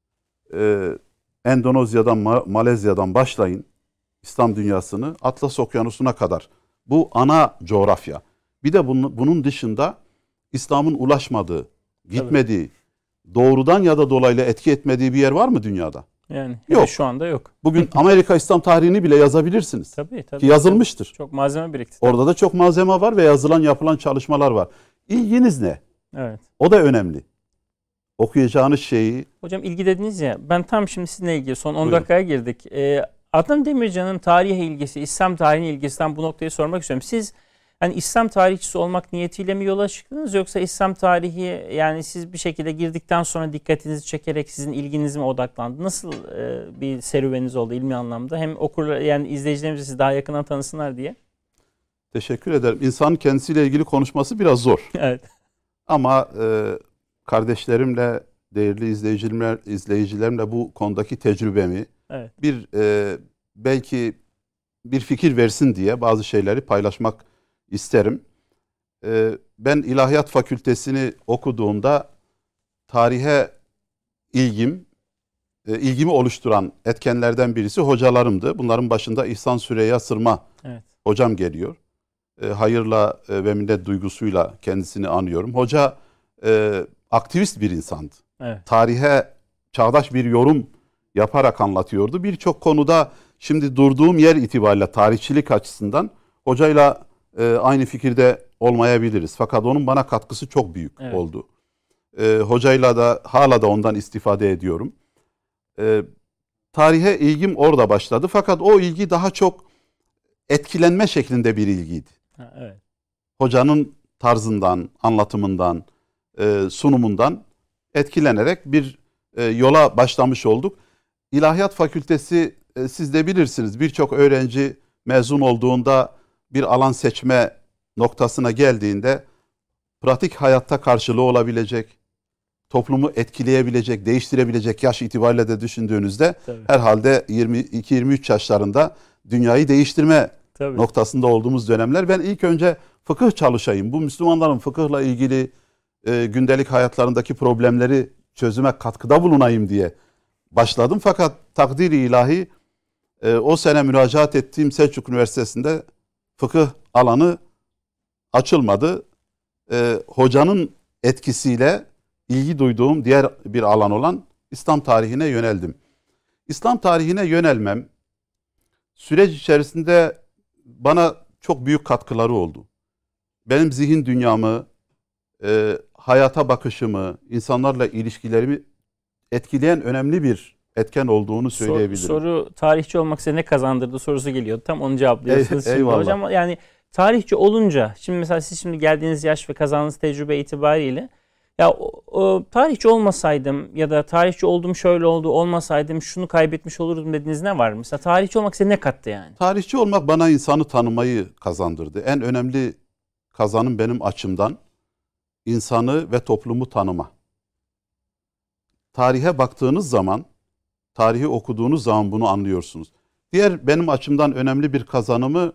Endonezya'dan, Malezya'dan başlayın İslam dünyasını Atlas Okyanusu'na kadar. Bu ana coğrafya. Bir de bunun dışında İslam'ın ulaşmadığı, gitmediği, doğrudan ya da dolaylı etki etmediği bir yer var mı dünyada? Yani yok. Şu anda yok. Bugün Amerika İslam tarihini bile yazabilirsiniz. Tabii. Ki yazılmıştır. Çok malzeme birikti. Orada da çok malzeme var ve yapılan çalışmalar var. İlginiz ne? Evet. O da önemli. Okuyacağınız şeyi... Hocam ilgi dediniz ya, ben tam şimdi sizinle ilgili son 10 Buyurun. dakikaya girdik. Adnan Demircan'ın tarihe ilgisi, İslam tarihine ilgisinden bu noktayı sormak istiyorum. Siz hani İslam tarihçisi olmak niyetiyle mi yola çıktınız, yoksa İslam tarihi, yani siz bir şekilde girdikten sonra dikkatinizi çekerek sizin ilginiz mi odaklandı? Nasıl bir serüveniniz oldu ilmi anlamda? Hem okurlar, yani izleyicilerimiz sizi daha yakından tanısınlar diye. Teşekkür ederim. İnsanın kendisiyle ilgili konuşması biraz zor. Evet. Ama kardeşlerimle, değerli izleyicilerimle bu konudaki tecrübemi, Evet. Belki bir fikir versin diye bazı şeyleri paylaşmak isterim. Ben İlahiyat Fakültesini okuduğumda tarihe ilgimi oluşturan etkenlerden birisi hocalarımdı. Bunların başında İhsan Süreyya Sırma hocam geliyor. Hayırla ve minnet duygusuyla kendisini anıyorum. Hoca aktivist bir insandı. Evet. Tarihe çağdaş bir yorum yaparak anlatıyordu. Birçok konuda şimdi durduğum yer itibariyle tarihçilik açısından hocayla aynı fikirde olmayabiliriz. Fakat onun bana katkısı çok büyük oldu. Hocayla da hala da ondan istifade ediyorum. Tarihe ilgim orada başladı. Fakat o ilgi daha çok etkilenme şeklinde bir ilgiydi. Evet. Hocanın tarzından, anlatımından, sunumundan etkilenerek bir yola başlamış olduk. İlahiyat Fakültesi, siz de bilirsiniz, birçok öğrenci mezun olduğunda bir alan seçme noktasına geldiğinde pratik hayatta karşılığı olabilecek, toplumu etkileyebilecek, değiştirebilecek yaş itibariyle de düşündüğünüzde herhalde 22-23 yaşlarında dünyayı değiştirme noktasında olduğumuz dönemler. Ben ilk önce fıkıh çalışayım, bu Müslümanların fıkıhla ilgili gündelik hayatlarındaki problemleri çözüme katkıda bulunayım diye başladım. Fakat takdir-i ilahi o sene müracaat ettiğim Selçuk Üniversitesi'nde fıkıh alanı açılmadı. Hocanın etkisiyle ilgi duyduğum diğer bir alan olan İslam tarihine yöneldim. İslam tarihine yönelmem süreç içerisinde bana çok büyük katkıları oldu. Benim zihin dünyamı, hayata bakışımı, insanlarla ilişkilerimi etkileyen önemli bir etken olduğunu söyleyebilirim. Soru tarihçi olmak size ne kazandırdı sorusu geliyor. Tam onu cevaplıyorsunuz şimdi eyvallah. hocam. Yani tarihçi olunca, şimdi mesela siz şimdi geldiğiniz yaş ve kazandığınız tecrübe itibariyle, ya tarihçi olmasaydım ya da tarihçi oldum şöyle oldu, olmasaydım şunu kaybetmiş olurdum dediğiniz ne var? Mesela tarihçi olmak size ne kattı yani? Tarihçi olmak bana insanı tanımayı kazandırdı. En önemli kazanım benim açımdan insanı ve toplumu tanıma. Tarihe baktığınız zaman, tarihi okuduğunuz zaman bunu anlıyorsunuz. Diğer benim açımdan önemli bir kazanımı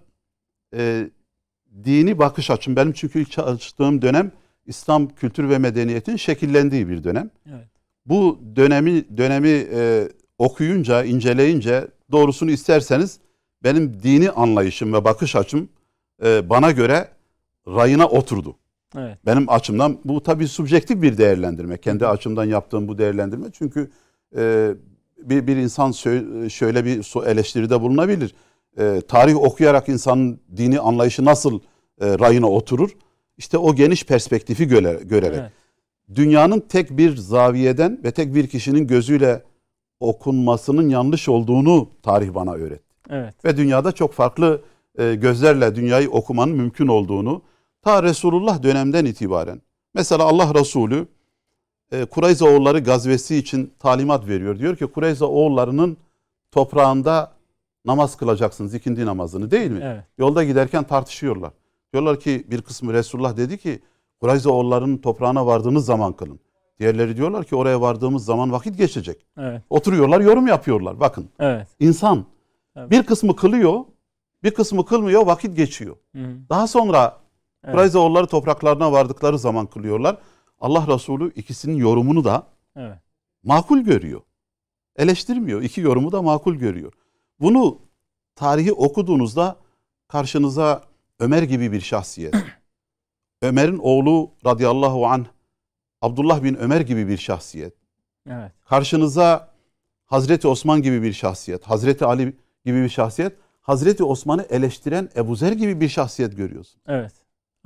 dini bakış açım. Benim çünkü ilk çalıştığım dönem İslam kültür ve medeniyetin şekillendiği bir dönem. Evet. Bu dönemi okuyunca, inceleyince, doğrusunu isterseniz benim dini anlayışım ve bakış açım bana göre rayına oturdu. Evet. Benim açımdan bu tabii subjektif bir değerlendirme. Kendi açımdan yaptığım bu değerlendirme. Çünkü bir insan şöyle bir eleştiride bulunabilir. Tarih okuyarak insanın dini anlayışı nasıl rayına oturur? İşte o geniş perspektifi görerek. Evet. Dünyanın tek bir zaviyeden ve tek bir kişinin gözüyle okunmasının yanlış olduğunu tarih bana öğretti. Evet. Ve dünyada çok farklı gözlerle dünyayı okumanın mümkün olduğunu, ta Resulullah dönemden itibaren. Mesela Allah Resulü Kureyze oğulları gazvesi için talimat veriyor. Diyor ki Kureyze oğullarının toprağında namaz kılacaksınız, ikindi namazını, değil mi? Evet. Yolda giderken tartışıyorlar. Diyorlar ki bir kısmı, Resulullah dedi ki Kureyze oğullarının toprağına vardığınız zaman kılın. Diğerleri diyorlar ki oraya vardığımız zaman vakit geçecek. Evet. Oturuyorlar, yorum yapıyorlar. Bakın. Evet. İnsan evet. Bir kısmı kılıyor, bir kısmı kılmıyor, vakit geçiyor. Hı-hı. Daha sonra Kureyze oğulları topraklarına vardıkları zaman kılıyorlar. Allah Resulü ikisinin yorumunu da makul görüyor. Eleştirmiyor. İki yorumu da makul görüyor. Bunu tarihi okuduğunuzda karşınıza Ömer gibi bir şahsiyet, Ömer'in oğlu radıyallahu anh, Abdullah bin Ömer gibi bir şahsiyet, karşınıza Hazreti Osman gibi bir şahsiyet, Hazreti Ali gibi bir şahsiyet, Hazreti Osman'ı eleştiren Ebu Zer gibi bir şahsiyet görüyorsun. Evet.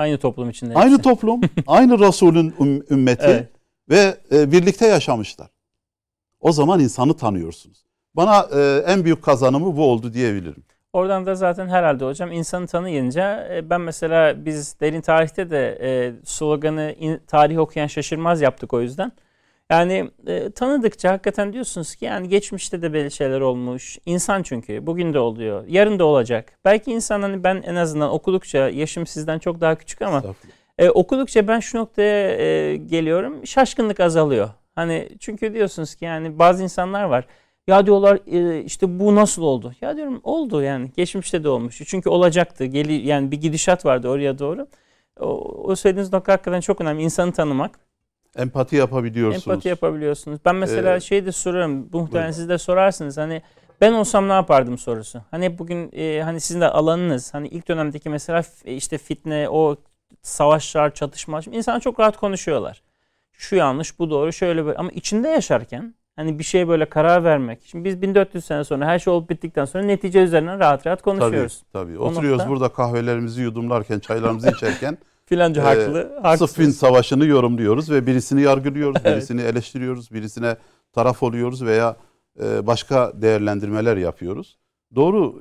Aynı toplum içinde. Aynı hepsi. toplum, aynı Resul'ün ümmeti ve birlikte yaşamışlar. O zaman insanı tanıyorsunuz. Bana en büyük kazanımı bu oldu diyebilirim. Oradan da zaten herhalde hocam insanı tanıyınca ben mesela biz derin tarihte de sloganı tarih okuyan şaşırmaz yaptık o yüzden. Yani tanıdıkça hakikaten diyorsunuz ki yani geçmişte de böyle şeyler olmuş. İnsan çünkü bugün de oluyor. Yarın da olacak. Belki insan hani ben en azından okudukça yaşım sizden çok daha küçük ama okudukça ben şu noktaya geliyorum. Şaşkınlık azalıyor. Hani çünkü diyorsunuz ki yani bazı insanlar var. Ya diyorlar işte bu nasıl oldu? Ya diyorum oldu yani. Geçmişte de olmuş. Çünkü olacaktı. Yani bir gidişat vardı oraya doğru. O söylediğiniz nokta hakikaten çok önemli. İnsanı tanımak. Empati yapabiliyorsunuz. Empati yapabiliyorsunuz. Ben mesela şey de soruyorum. Muhtemelen siz de sorarsınız. Hani ben olsam ne yapardım sorusu. Hani bugün hani sizin de alanınız. Hani ilk dönemdeki mesela işte fitne, o savaşlar, çatışmalar. İnsanlar çok rahat konuşuyorlar. Şu yanlış, bu doğru, şöyle böyle. Ama içinde yaşarken hani bir şeye böyle karar vermek. Şimdi biz 1400 sene sonra her şey olup bittikten sonra netice üzerinden rahat rahat konuşuyoruz. Tabii. Oturuyoruz burada kahvelerimizi yudumlarken, çaylarımızı içerken filanca haklı, haksız. Sıffin Savaşı'nı yorumluyoruz ve birisini yargılıyoruz, birisini eleştiriyoruz, birisine taraf oluyoruz veya başka değerlendirmeler yapıyoruz. Doğru,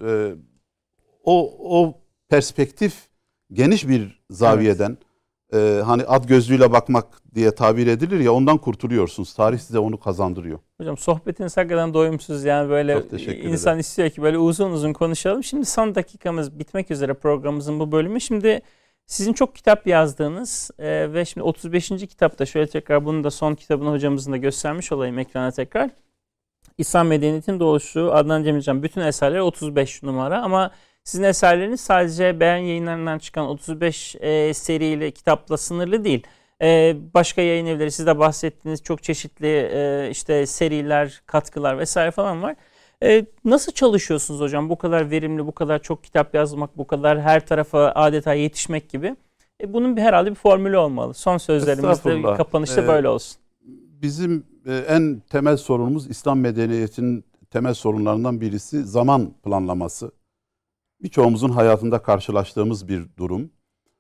o perspektif geniş bir zaviyeden hani at gözlüğüyle bakmak diye tabir edilir ya, ondan kurtuluyorsunuz. Tarih size onu kazandırıyor. Hocam sohbetiniz hakikaten doyumsuz yani böyle insan istiyor ki böyle uzun uzun konuşalım. Şimdi son dakikamız bitmek üzere programımızın bu bölümü. Şimdi sizin çok kitap yazdığınız ve şimdi 35. kitapta şöyle tekrar bunu da son kitabını hocamızın da göstermiş olayım ekrana tekrar. İslam Medeniyeti'nin Doğuşu, Adnan Demircan bütün eserleri 35 numara ama sizin eserleriniz sadece Beyan Yayınları'ndan çıkan 35 seriyle kitapla sınırlı değil. Başka yayın evleri siz de bahsettiğiniz çok çeşitli işte seriler, katkılar vesaire falan var. Nasıl çalışıyorsunuz hocam? Bu kadar verimli, bu kadar çok kitap yazmak, bu kadar her tarafa adeta yetişmek gibi. Bunun herhalde bir formülü olmalı. Son sözlerimizde kapanışta böyle olsun. Bizim en temel sorunumuz, İslam medeniyetinin temel sorunlarından birisi zaman planlaması. Birçoğumuzun hayatında karşılaştığımız bir durum.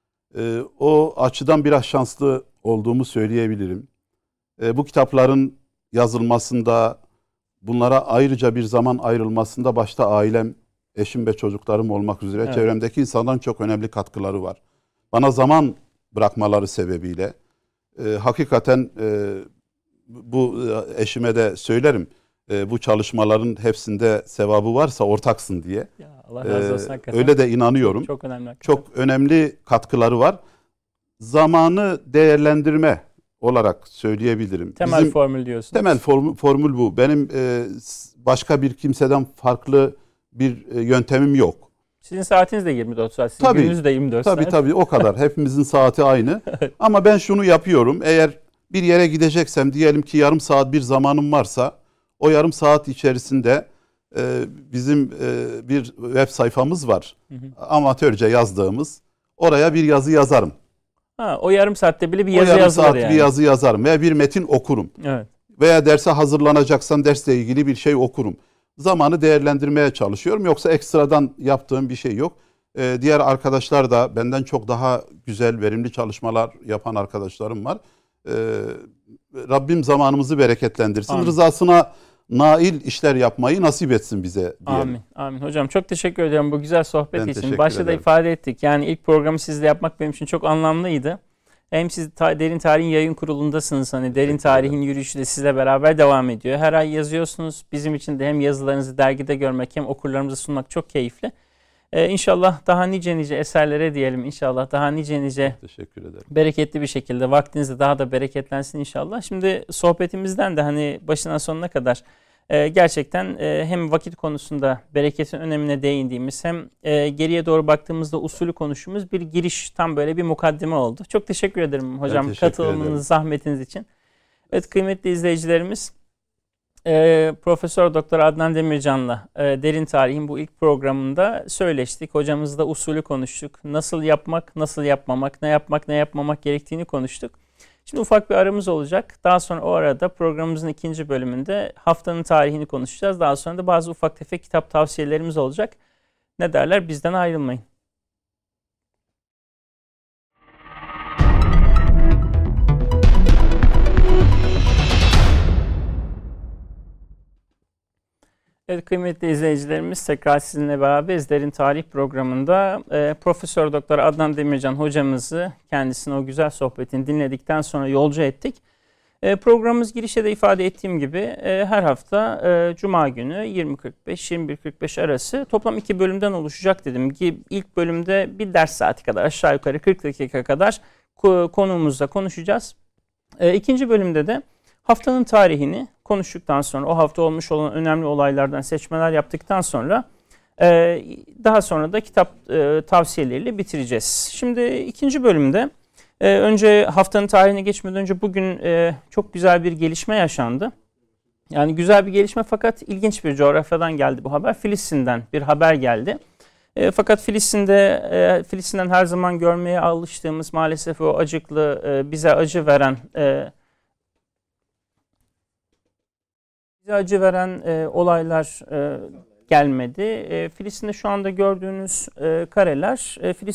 O açıdan biraz şanslı olduğumu söyleyebilirim. Bu kitapların yazılmasında, bunlara ayrıca bir zaman ayrılmasında başta ailem, eşim ve çocuklarım olmak üzere çevremdeki insanların çok önemli katkıları var. Bana zaman bırakmaları sebebiyle hakikaten bu eşime de söylerim. Bu çalışmaların hepsinde sevabı varsa ortaksın diye. Ya Allah razı olsun, öyle de inanıyorum. Çok önemli. Çok önemli katkıları var. Zamanı değerlendirme olarak söyleyebilirim. Temel formül diyorsunuz. Temel formül bu. Benim başka bir kimseden farklı bir yöntemim yok. Sizin saatiniz de 24 saat. Sizin gününüz de 24 saat. Tabii o kadar. Hepimizin saati aynı. Ama ben şunu yapıyorum. Eğer bir yere gideceksem, diyelim ki yarım saat bir zamanım varsa, o yarım saat içerisinde bizim bir web sayfamız var. Amatörce yazdığımız. Oraya bir yazı yazarım. O yarım saatte bile bir yazı yazılır yani. O yarım saat bir yazı yazarım veya bir metin okurum. Evet. Veya derse hazırlanacaksam dersle ilgili bir şey okurum. Zamanı değerlendirmeye çalışıyorum. Yoksa ekstradan yaptığım bir şey yok. Diğer arkadaşlar da benden çok daha güzel, verimli çalışmalar yapan arkadaşlarım var. Rabbim zamanımızı bereketlendirsin. Amin. Rızasına nail işler yapmayı nasip etsin bize diyelim. Amin. Amin. Hocam çok teşekkür ediyorum bu güzel sohbet için. Başta da ifade ettik. Yani ilk programı sizle yapmak benim için çok anlamlıydı. Hem siz Derin Tarih'in yayın kurulundasınız. Hani Derin Tarih'in yürüyüşü de sizle beraber devam ediyor. Her ay yazıyorsunuz. Bizim için de hem yazılarınızı dergide görmek hem okurlarımıza sunmak çok keyifli. İnşallah daha nice eserlere diyelim. İnşallah daha nice teşekkür ederim. Bereketli bir şekilde vaktinizde daha da bereketlensin inşallah. Şimdi sohbetimizden de hani başından sonuna kadar gerçekten hem vakit konusunda bereketin önemine değindiğimiz hem geriye doğru baktığımızda usulü konuştuğumuz bir giriş, tam böyle bir mukaddime oldu. Çok teşekkür ederim hocam katılımınız, zahmetiniz için. Evet kıymetli izleyicilerimiz, Profesör Doktor Adnan Demircan'la Derin Tarih'in bu ilk programında söyleştik. Hocamızla usulü konuştuk. Nasıl yapmak, nasıl yapmamak, ne yapmak, ne yapmamak gerektiğini konuştuk. Şimdi ufak bir aramız olacak. Daha sonra o arada programımızın ikinci bölümünde haftanın tarihini konuşacağız. Daha sonra da bazı ufak tefek kitap tavsiyelerimiz olacak. Ne derler? Bizden ayrılmayın. Evet, kıymetli izleyicilerimiz, tekrar sizinle beraberiz. Derin Tarih programında Profesör Doktor Adnan Demircan hocamızı, kendisine o güzel sohbetini dinledikten sonra yolcu ettik. Programımız girişte de ifade ettiğim gibi her hafta Cuma günü 20.45-21.45 arası toplam 2 bölümden oluşacak dedim ki ilk bölümde bir ders saati kadar, aşağı yukarı 40 dakika kadar konuğumuzla konuşacağız. İkinci bölümde de haftanın tarihini konuştuktan sonra, o hafta olmuş olan önemli olaylardan seçmeler yaptıktan sonra daha sonra da kitap tavsiyeleriyle bitireceğiz. Şimdi ikinci bölümde önce haftanın tarihine geçmeden önce bugün çok güzel bir gelişme yaşandı. Yani güzel bir gelişme fakat ilginç bir coğrafyadan geldi bu haber. Filistin'den bir haber geldi. Fakat Filistin'den her zaman görmeye alıştığımız, maalesef o acıklı, bize acı veren olaylar gelmedi. Filistin'de şu anda gördüğünüz kareler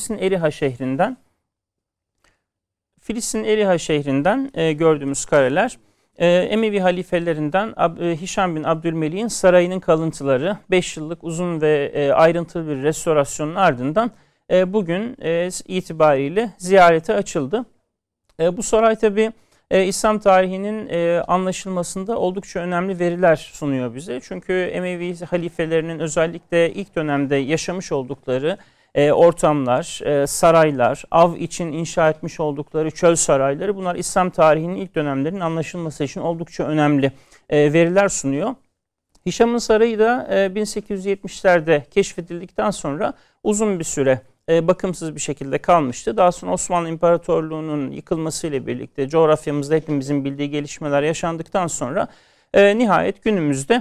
Filistin Eriha şehrinden gördüğümüz kareler. Emevi halifelerinden Hişam bin Abdülmelik'in sarayının kalıntıları, 5 yıllık uzun ve ayrıntılı bir restorasyonun ardından bugün itibariyle ziyarete açıldı. Bu saray tabi İslam tarihinin anlaşılmasında oldukça önemli veriler sunuyor bize. Çünkü Emevi halifelerinin özellikle ilk dönemde yaşamış oldukları ortamlar, saraylar, av için inşa etmiş oldukları çöl sarayları, bunlar İslam tarihinin ilk dönemlerinin anlaşılması için oldukça önemli veriler sunuyor. Hişam'ın sarayı da 1870'lerde keşfedildikten sonra uzun bir süre bakımsız bir şekilde kalmıştı. Daha sonra Osmanlı İmparatorluğu'nun yıkılmasıyla birlikte coğrafyamızda hepimizin bildiği gelişmeler yaşandıktan sonra nihayet günümüzde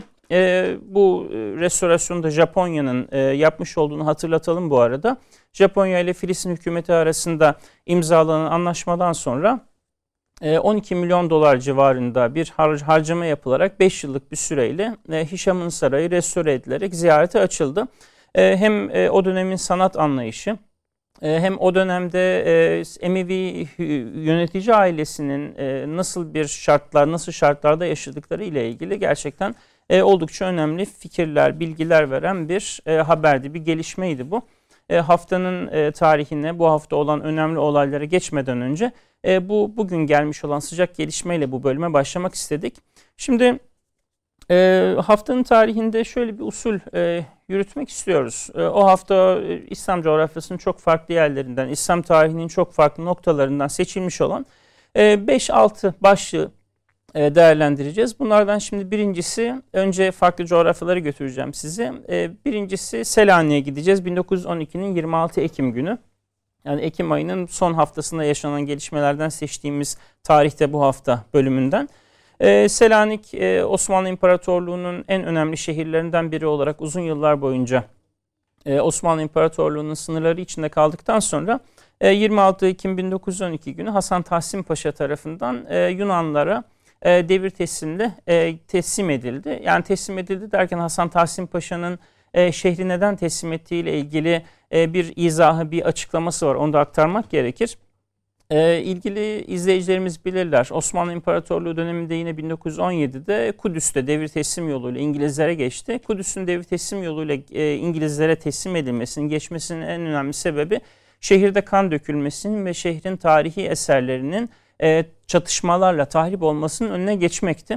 bu restorasyonu da Japonya'nın yapmış olduğunu hatırlatalım bu arada. Japonya ile Filistin hükümeti arasında imzalanan anlaşmadan sonra 12 milyon dolar civarında bir harcama yapılarak 5 yıllık bir süreyle Hişam'ın sarayı restore edilerek ziyarete açıldı. Hem o dönemin sanat anlayışı, hem o dönemde Emevi yönetici ailesinin nasıl şartlarda yaşadıkları ile ilgili gerçekten oldukça önemli fikirler, bilgiler veren bir haberdi, bir gelişmeydi bu. Haftanın tarihine, bu hafta olan önemli olaylara geçmeden önce bugün gelmiş olan sıcak gelişmeyle bu bölüme başlamak istedik. Şimdi haftanın tarihinde şöyle bir usul yürütmek istiyoruz. O hafta İslam coğrafyasının çok farklı yerlerinden, İslam tarihinin çok farklı noktalarından seçilmiş olan 5-6 başlığı değerlendireceğiz. Bunlardan şimdi birincisi, önce farklı coğrafyalara götüreceğim sizi. Birincisi Selanik'e gideceğiz. 1912'nin 26 Ekim günü. Yani Ekim ayının son haftasında yaşanan gelişmelerden seçtiğimiz tarihte bu hafta bölümünden. Selanik, Osmanlı İmparatorluğu'nun en önemli şehirlerinden biri olarak uzun yıllar boyunca Osmanlı İmparatorluğu'nun sınırları içinde kaldıktan sonra 26 Ekim 1912 günü Hasan Tahsin Paşa tarafından Yunanlara devir teslim edildi. Yani teslim edildi derken Hasan Tahsin Paşa'nın şehri neden teslim ettiği ile ilgili bir izahı, bir açıklaması var. Onu da aktarmak gerekir. İlgili izleyicilerimiz bilirler. Osmanlı İmparatorluğu döneminde yine 1917'de Kudüs'te devir teslim yoluyla İngilizlere geçti. Kudüs'ün devir teslim yoluyla İngilizlere teslim edilmesinin, geçmesinin en önemli sebebi şehirde kan dökülmesinin ve şehrin tarihi eserlerinin çatışmalarla tahrip olmasının önüne geçmekti.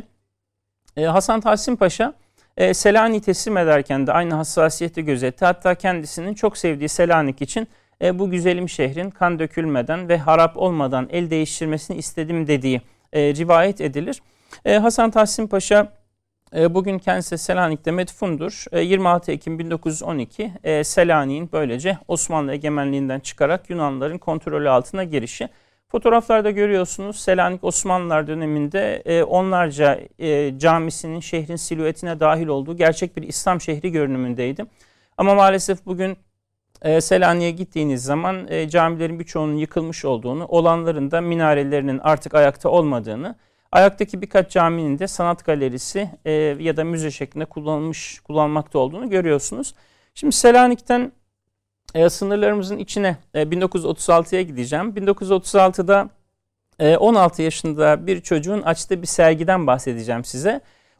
Hasan Tahsin Paşa Selanik'i teslim ederken de aynı hassasiyeti gözetti. Hatta kendisinin çok sevdiği Selanik için bu güzelim şehrin kan dökülmeden ve harap olmadan el değiştirmesini istedim dediği rivayet edilir. Hasan Tahsin Paşa bugün kendisi Selanik'te medfundur. 26 Ekim 1912 Selanik'in böylece Osmanlı egemenliğinden çıkarak Yunanlıların kontrolü altına girişi. Fotoğraflarda görüyorsunuz, Selanik Osmanlılar döneminde onlarca camisinin şehrin silüetine dahil olduğu gerçek bir İslam şehri görünümündeydi. Ama maalesef bugün Selanik'e gittiğiniz zaman camilerin birçoğunun yıkılmış olduğunu, olanların da minarelerinin artık ayakta olmadığını, ayaktaki birkaç caminin de sanat galerisi ya da müze şeklinde kullanmakta olduğunu görüyorsunuz. Şimdi Selanik'ten sınırlarımızın içine 1936'ya gideceğim. 1936'da 16 yaşında bir çocuğun açtığı bir sergiden bahsedeceğim size.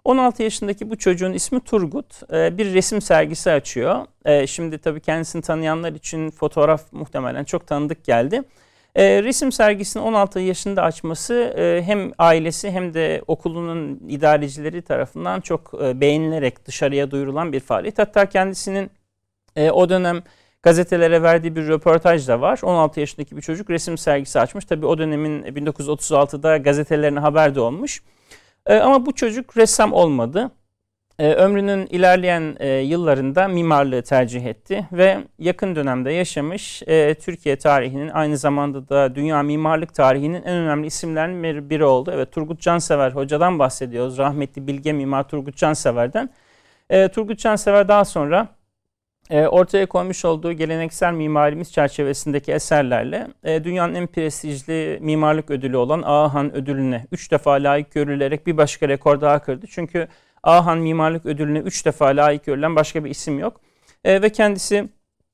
16 yaşındaki bu çocuğun ismi Turgut. Bir resim sergisi açıyor. Şimdi tabii kendisini tanıyanlar için fotoğraf muhtemelen çok tanıdık geldi. Resim sergisini 16 yaşında açması hem ailesi hem de okulunun idarecileri tarafından çok beğenilerek dışarıya duyurulan bir faaliyet. Hatta kendisinin o dönem gazetelere verdiği bir röportaj da var. 16 yaşındaki bir çocuk resim sergisi açmış. Tabii o dönemin 1936'da gazetelerine haber de olmuş. Ama bu çocuk ressam olmadı. Ömrünün ilerleyen yıllarında mimarlığı tercih etti ve yakın dönemde yaşamış Türkiye tarihinin aynı zamanda da dünya mimarlık tarihinin en önemli isimlerinden biri oldu. Evet, Turgut Cansever hocadan bahsediyoruz. Rahmetli bilge mimar Turgut Cansever'den. Turgut Cansever daha sonra ortaya koymuş olduğu geleneksel mimarimiz çerçevesindeki eserlerle dünyanın en prestijli mimarlık ödülü olan Ağahan ödülüne 3 defa layık görülerek bir başka rekor daha kırdı. Çünkü Ağahan Mimarlık Ödülü'ne 3 defa layık görülen başka bir isim yok. Ve kendisi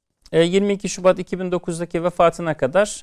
22 Şubat 2009'daki vefatına kadar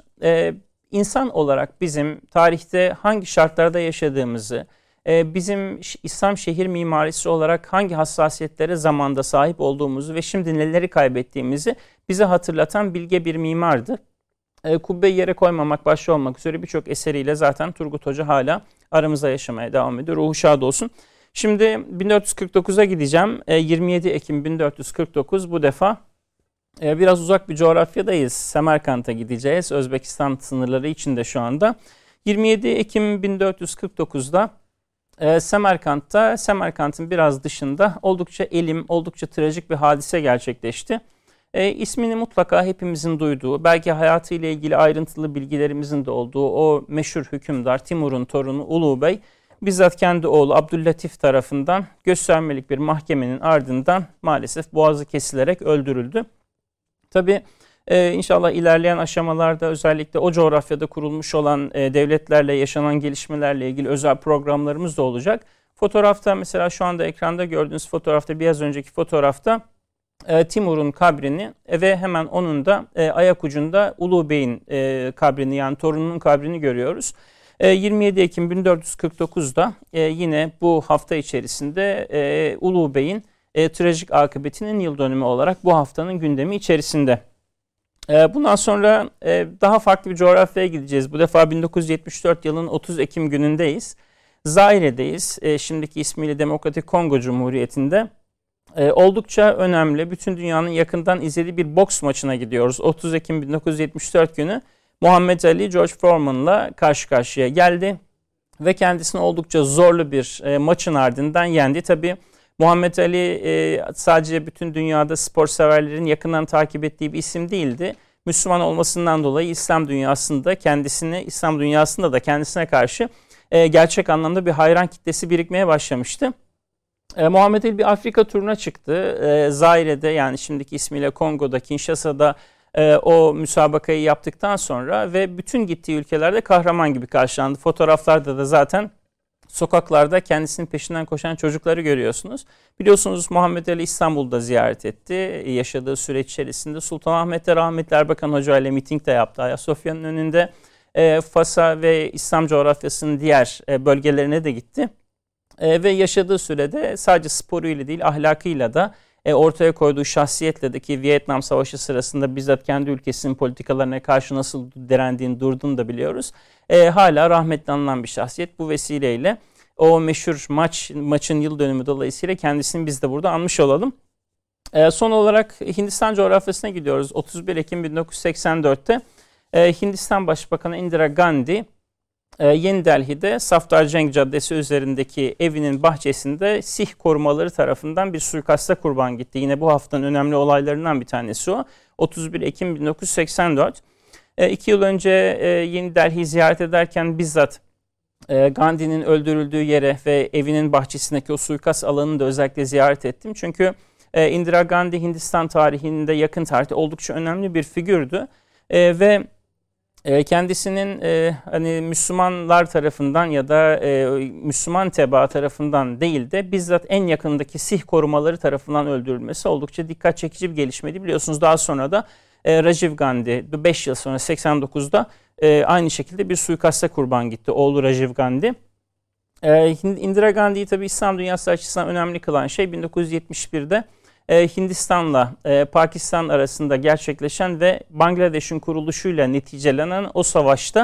insan olarak bizim tarihte hangi şartlarda yaşadığımızı, bizim İslam şehir mimarisi olarak hangi hassasiyetlere zamanda sahip olduğumuzu ve şimdi neleri kaybettiğimizi bize hatırlatan bilge bir mimardı. Kubbeyi yere koymamak başta olmak üzere birçok eseriyle zaten Turgut Hoca hala aramızda yaşamaya devam ediyor. Ruhu şad olsun. Şimdi 1449'a gideceğim. 27 Ekim 1449 bu defa biraz uzak bir coğrafyadayız. Semerkant'a gideceğiz. Özbekistan sınırları içinde şu anda. 27 Ekim 1449'da Semerkant'ta, Semerkant'ın biraz dışında oldukça elim, oldukça trajik bir hadise gerçekleşti. İsmini mutlaka hepimizin duyduğu, belki hayatıyla ilgili ayrıntılı bilgilerimizin de olduğu o meşhur hükümdar Timur'un torunu Ulu Bey, bizzat kendi oğlu Abdüllatif tarafından göstermelik bir mahkemenin ardından maalesef boğazı kesilerek öldürüldü. Tabii inşallah ilerleyen aşamalarda özellikle o coğrafyada kurulmuş olan devletlerle yaşanan gelişmelerle ilgili özel programlarımız da olacak. Fotoğrafta mesela şu anda ekranda gördüğünüz fotoğrafta, biraz önceki fotoğrafta Timur'un kabrini ve hemen onun da ayak ucunda Ulu Bey'in kabrini, yani torununun kabrini görüyoruz. 27 Ekim 1449'da yine bu hafta içerisinde Ulu Bey'in trajik akıbetinin yıl dönümü olarak bu haftanın gündemi içerisinde. Bundan sonra daha farklı bir coğrafyaya gideceğiz. Bu defa 1974 yılının 30 Ekim günündeyiz. Zaire'deyiz. Şimdiki ismiyle Demokratik Kongo Cumhuriyeti'nde. Oldukça önemli, bütün dünyanın yakından izlediği bir boks maçına gidiyoruz. 30 Ekim 1974 günü Muhammed Ali George Foreman'la karşı karşıya geldi ve kendisini oldukça zorlu bir maçın ardından yendi. Tabii Muhammed Ali sadece bütün dünyada spor severlerin yakından takip ettiği bir isim değildi. Müslüman olmasından dolayı İslam dünyasında da kendisine karşı gerçek anlamda bir hayran kitlesi birikmeye başlamıştı. Muhammed Ali bir Afrika turuna çıktı. Zaire'de, yani şimdiki ismiyle Kongo'da, Kinshasa'da o müsabakayı yaptıktan sonra ve bütün gittiği ülkelerde kahraman gibi karşılandı. Fotoğraflarda da zaten sokaklarda kendisinin peşinden koşan çocukları görüyorsunuz. Biliyorsunuz Muhammed Ali İstanbul'da ziyaret etti. Yaşadığı süreç içerisinde Sultanahmet'te rahmetli Erbakan Hoca ile miting de yaptı. Ayasofya'nın önünde Fas'a ve İslam coğrafyasının diğer bölgelerine de gitti. Ve yaşadığı sürede sadece sporuyla değil ahlakıyla da ortaya koyduğu şahsiyetle de, ki Vietnam Savaşı sırasında bizzat kendi ülkesinin politikalarına karşı nasıl direndiğini, durduğunu da biliyoruz. Hala rahmetli anılan bir şahsiyet. Bu vesileyle o meşhur maçın yıl dönümü dolayısıyla kendisini biz de burada anmış olalım. Son olarak Hindistan coğrafyasına gidiyoruz. 31 Ekim 1984'te Hindistan Başbakanı Indira Gandhi Yeni Delhi'de Safdarjung Caddesi üzerindeki evinin bahçesinde Sih korumaları tarafından bir suikasta kurban gitti. Yine bu haftanın önemli olaylarından bir tanesi o. 31 Ekim 1984. 2 yıl önce Yeni Delhi'yi ziyaret ederken bizzat Gandhi'nin öldürüldüğü yere ve evinin bahçesindeki o suikast alanını da özellikle ziyaret ettim. Çünkü Indira Gandhi Hindistan tarihinde, yakın tarihte oldukça önemli bir figürdü. Ve kendisinin hani Müslümanlar tarafından ya da Müslüman tebaa tarafından değil de bizzat en yakındaki Sih korumaları tarafından öldürülmesi oldukça dikkat çekici bir gelişmeydi. Biliyorsunuz daha sonra da Rajiv Gandhi 5 yıl sonra 89'da aynı şekilde bir suikasta kurban gitti oğlu Rajiv Gandhi. Indira Gandhi'yi tabii İslam dünyası açısından önemli kılan şey 1971'de Hindistan'la Pakistan arasında gerçekleşen ve Bangladeş'in kuruluşuyla neticelenen o savaşta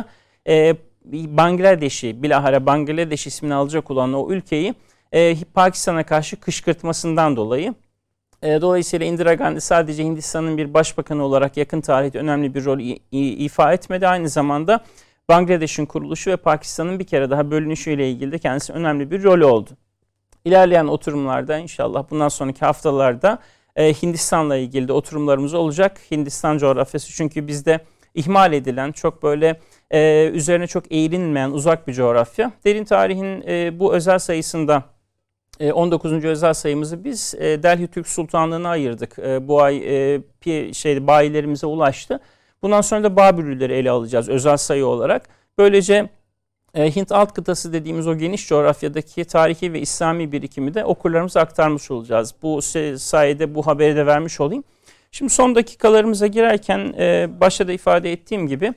Bangladeş'i, bilahare Bangladeş ismini alacak olan o ülkeyi Pakistan'a karşı kışkırtmasından dolayı. Dolayısıyla Indira Gandhi sadece Hindistan'ın bir başbakanı olarak yakın tarihte önemli bir rol ifa etmedi. Aynı zamanda Bangladeş'in kuruluşu ve Pakistan'ın bir kere daha bölünüşüyle ilgili de kendisi önemli bir rolü oldu. İlerleyen oturumlarda inşallah bundan sonraki haftalarda Hindistan'la ilgili de oturumlarımız olacak. Hindistan coğrafyası çünkü bizde ihmal edilen, çok böyle üzerine çok eğilinmeyen uzak bir coğrafya. Derin Tarih'in bu özel sayısında 19. özel sayımızı biz Delhi Türk Sultanlığı'na ayırdık. Bu ay bayilerimize ulaştı. Bundan sonra da Babürlüleri ele alacağız özel sayı olarak. Böylece Hint alt kıtası dediğimiz o geniş coğrafyadaki tarihi ve İslami birikimi de okurlarımıza aktarmış olacağız. Bu sayede bu haberi de vermiş olayım. Şimdi son dakikalarımıza girerken başta da ifade ettiğim gibi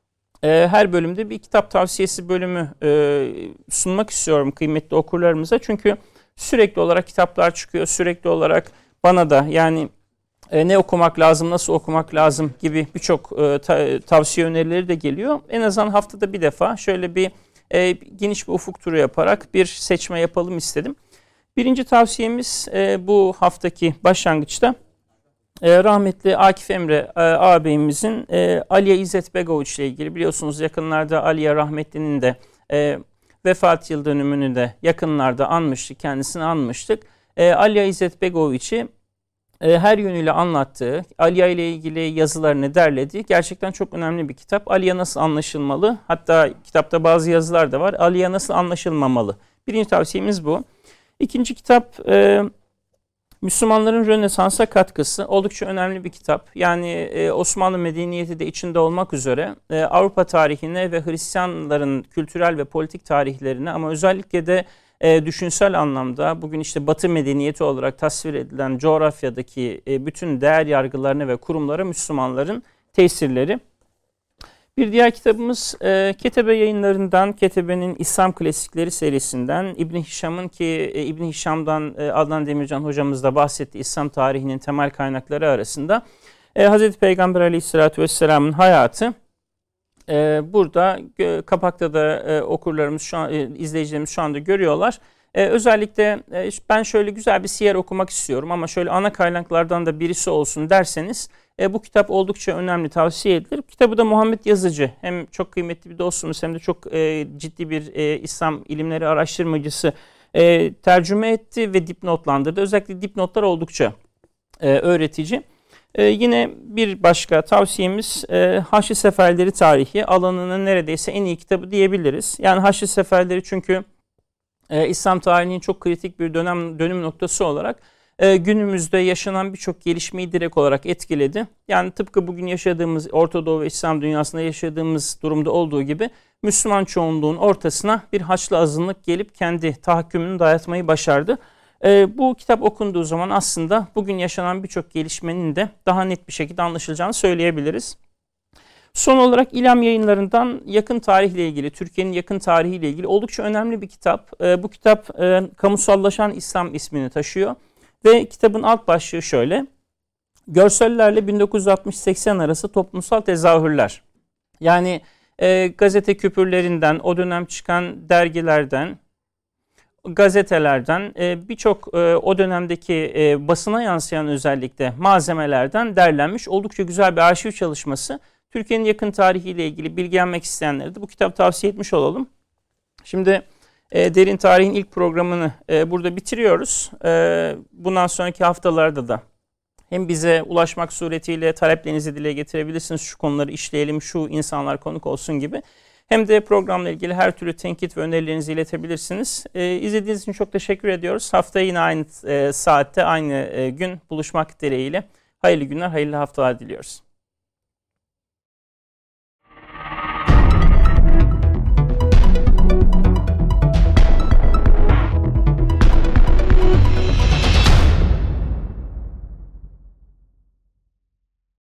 her bölümde bir kitap tavsiyesi bölümü sunmak istiyorum kıymetli okurlarımıza. Çünkü sürekli olarak kitaplar çıkıyor, sürekli olarak bana da yani ne okumak lazım, nasıl okumak lazım gibi birçok tavsiye önerileri de geliyor. En azından haftada bir defa şöyle bir geniş bir ufuk turu yaparak bir seçme yapalım istedim. Birinci tavsiyemiz bu haftaki başlangıçta rahmetli Akif Emre ağabeyimizin Aliye İzzet Begoviç ile ilgili, biliyorsunuz yakınlarda Aliye rahmetlinin de vefat yıl dönümünü de yakınlarda anmıştık, kendisini anmıştık. Aliye İzzet Begoviç'i her yönüyle anlattığı, Aliye ile ilgili yazılarını derlediği gerçekten çok önemli bir kitap. Aliye nasıl anlaşılmalı? Hatta kitapta bazı yazılar da var. Aliye nasıl anlaşılmamalı? Birinci tavsiyemiz bu. İkinci kitap Müslümanların Rönesans'a katkısı. Oldukça önemli bir kitap. Yani Osmanlı medeniyeti de içinde olmak üzere Avrupa tarihine ve Hristiyanların kültürel ve politik tarihlerine, ama özellikle de düşünsel anlamda bugün işte Batı medeniyeti olarak tasvir edilen coğrafyadaki bütün değer yargılarına ve kurumlara Müslümanların tesirleri. Bir diğer kitabımız Ketebe Yayınları'ndan, Ketebe'nin İslam Klasikleri serisinden İbn Hişam'ın, ki İbn Hişam'dan Adnan Demircan hocamız da bahsetti, İslam tarihinin temel kaynakları arasında Hz. Peygamber Aleyhisselatü Vesselam'ın hayatı. Burada kapakta da okurlarımız, şu an izleyicilerimiz şu anda görüyorlar. Özellikle ben şöyle güzel bir siyer okumak istiyorum ama şöyle ana kaynaklardan da birisi olsun derseniz bu kitap oldukça önemli, tavsiye edilir. Kitabı da Muhammed Yazıcı, hem çok kıymetli bir dostumuz hem de çok ciddi bir İslam ilimleri araştırmacısı tercüme etti ve dipnotlandırdı. Özellikle dipnotlar oldukça öğretici. Yine bir başka tavsiyemiz Haçlı Seferleri Tarihi, alanının neredeyse en iyi kitabı diyebiliriz. Yani Haçlı Seferleri çünkü İslam tarihinin çok kritik bir dönüm noktası olarak günümüzde yaşanan birçok gelişmeyi direkt olarak etkiledi. Yani tıpkı bugün yaşadığımız Orta Doğu ve İslam dünyasında yaşadığımız durumda olduğu gibi Müslüman çoğunluğun ortasına bir Haçlı azınlık gelip kendi tahakkümünü dayatmayı başardı. Bu kitap okunduğu zaman aslında bugün yaşanan birçok gelişmenin de daha net bir şekilde anlaşılacağını söyleyebiliriz. Son olarak İlham Yayınları'ndan yakın tarihle ilgili, Türkiye'nin yakın tarihiyle ilgili oldukça önemli bir kitap. Bu kitap Kamusallaşan İslam ismini taşıyor ve kitabın alt başlığı şöyle: Görsellerle 1960-80 arası toplumsal tezahürler. Yani gazete küpürlerinden, o dönem çıkan dergilerden, gazetelerden, birçok o dönemdeki basına yansıyan özellikle malzemelerden derlenmiş oldukça güzel bir arşiv çalışması. Türkiye'nin yakın tarihiyle ilgili bilgilenmek isteyenlere de bu kitabı tavsiye etmiş olalım. Şimdi Derin Tarih'in ilk programını burada bitiriyoruz. Bundan sonraki haftalarda da hem bize ulaşmak suretiyle taleplerinizi dile getirebilirsiniz. Şu konuları işleyelim, şu insanlar konuk olsun gibi. Hem de programla ilgili her türlü tenkit ve önerilerinizi iletebilirsiniz. İzlediğiniz için çok teşekkür ediyoruz. Haftaya yine aynı saatte, aynı gün buluşmak dileğiyle. Hayırlı günler, hayırlı haftalar diliyoruz.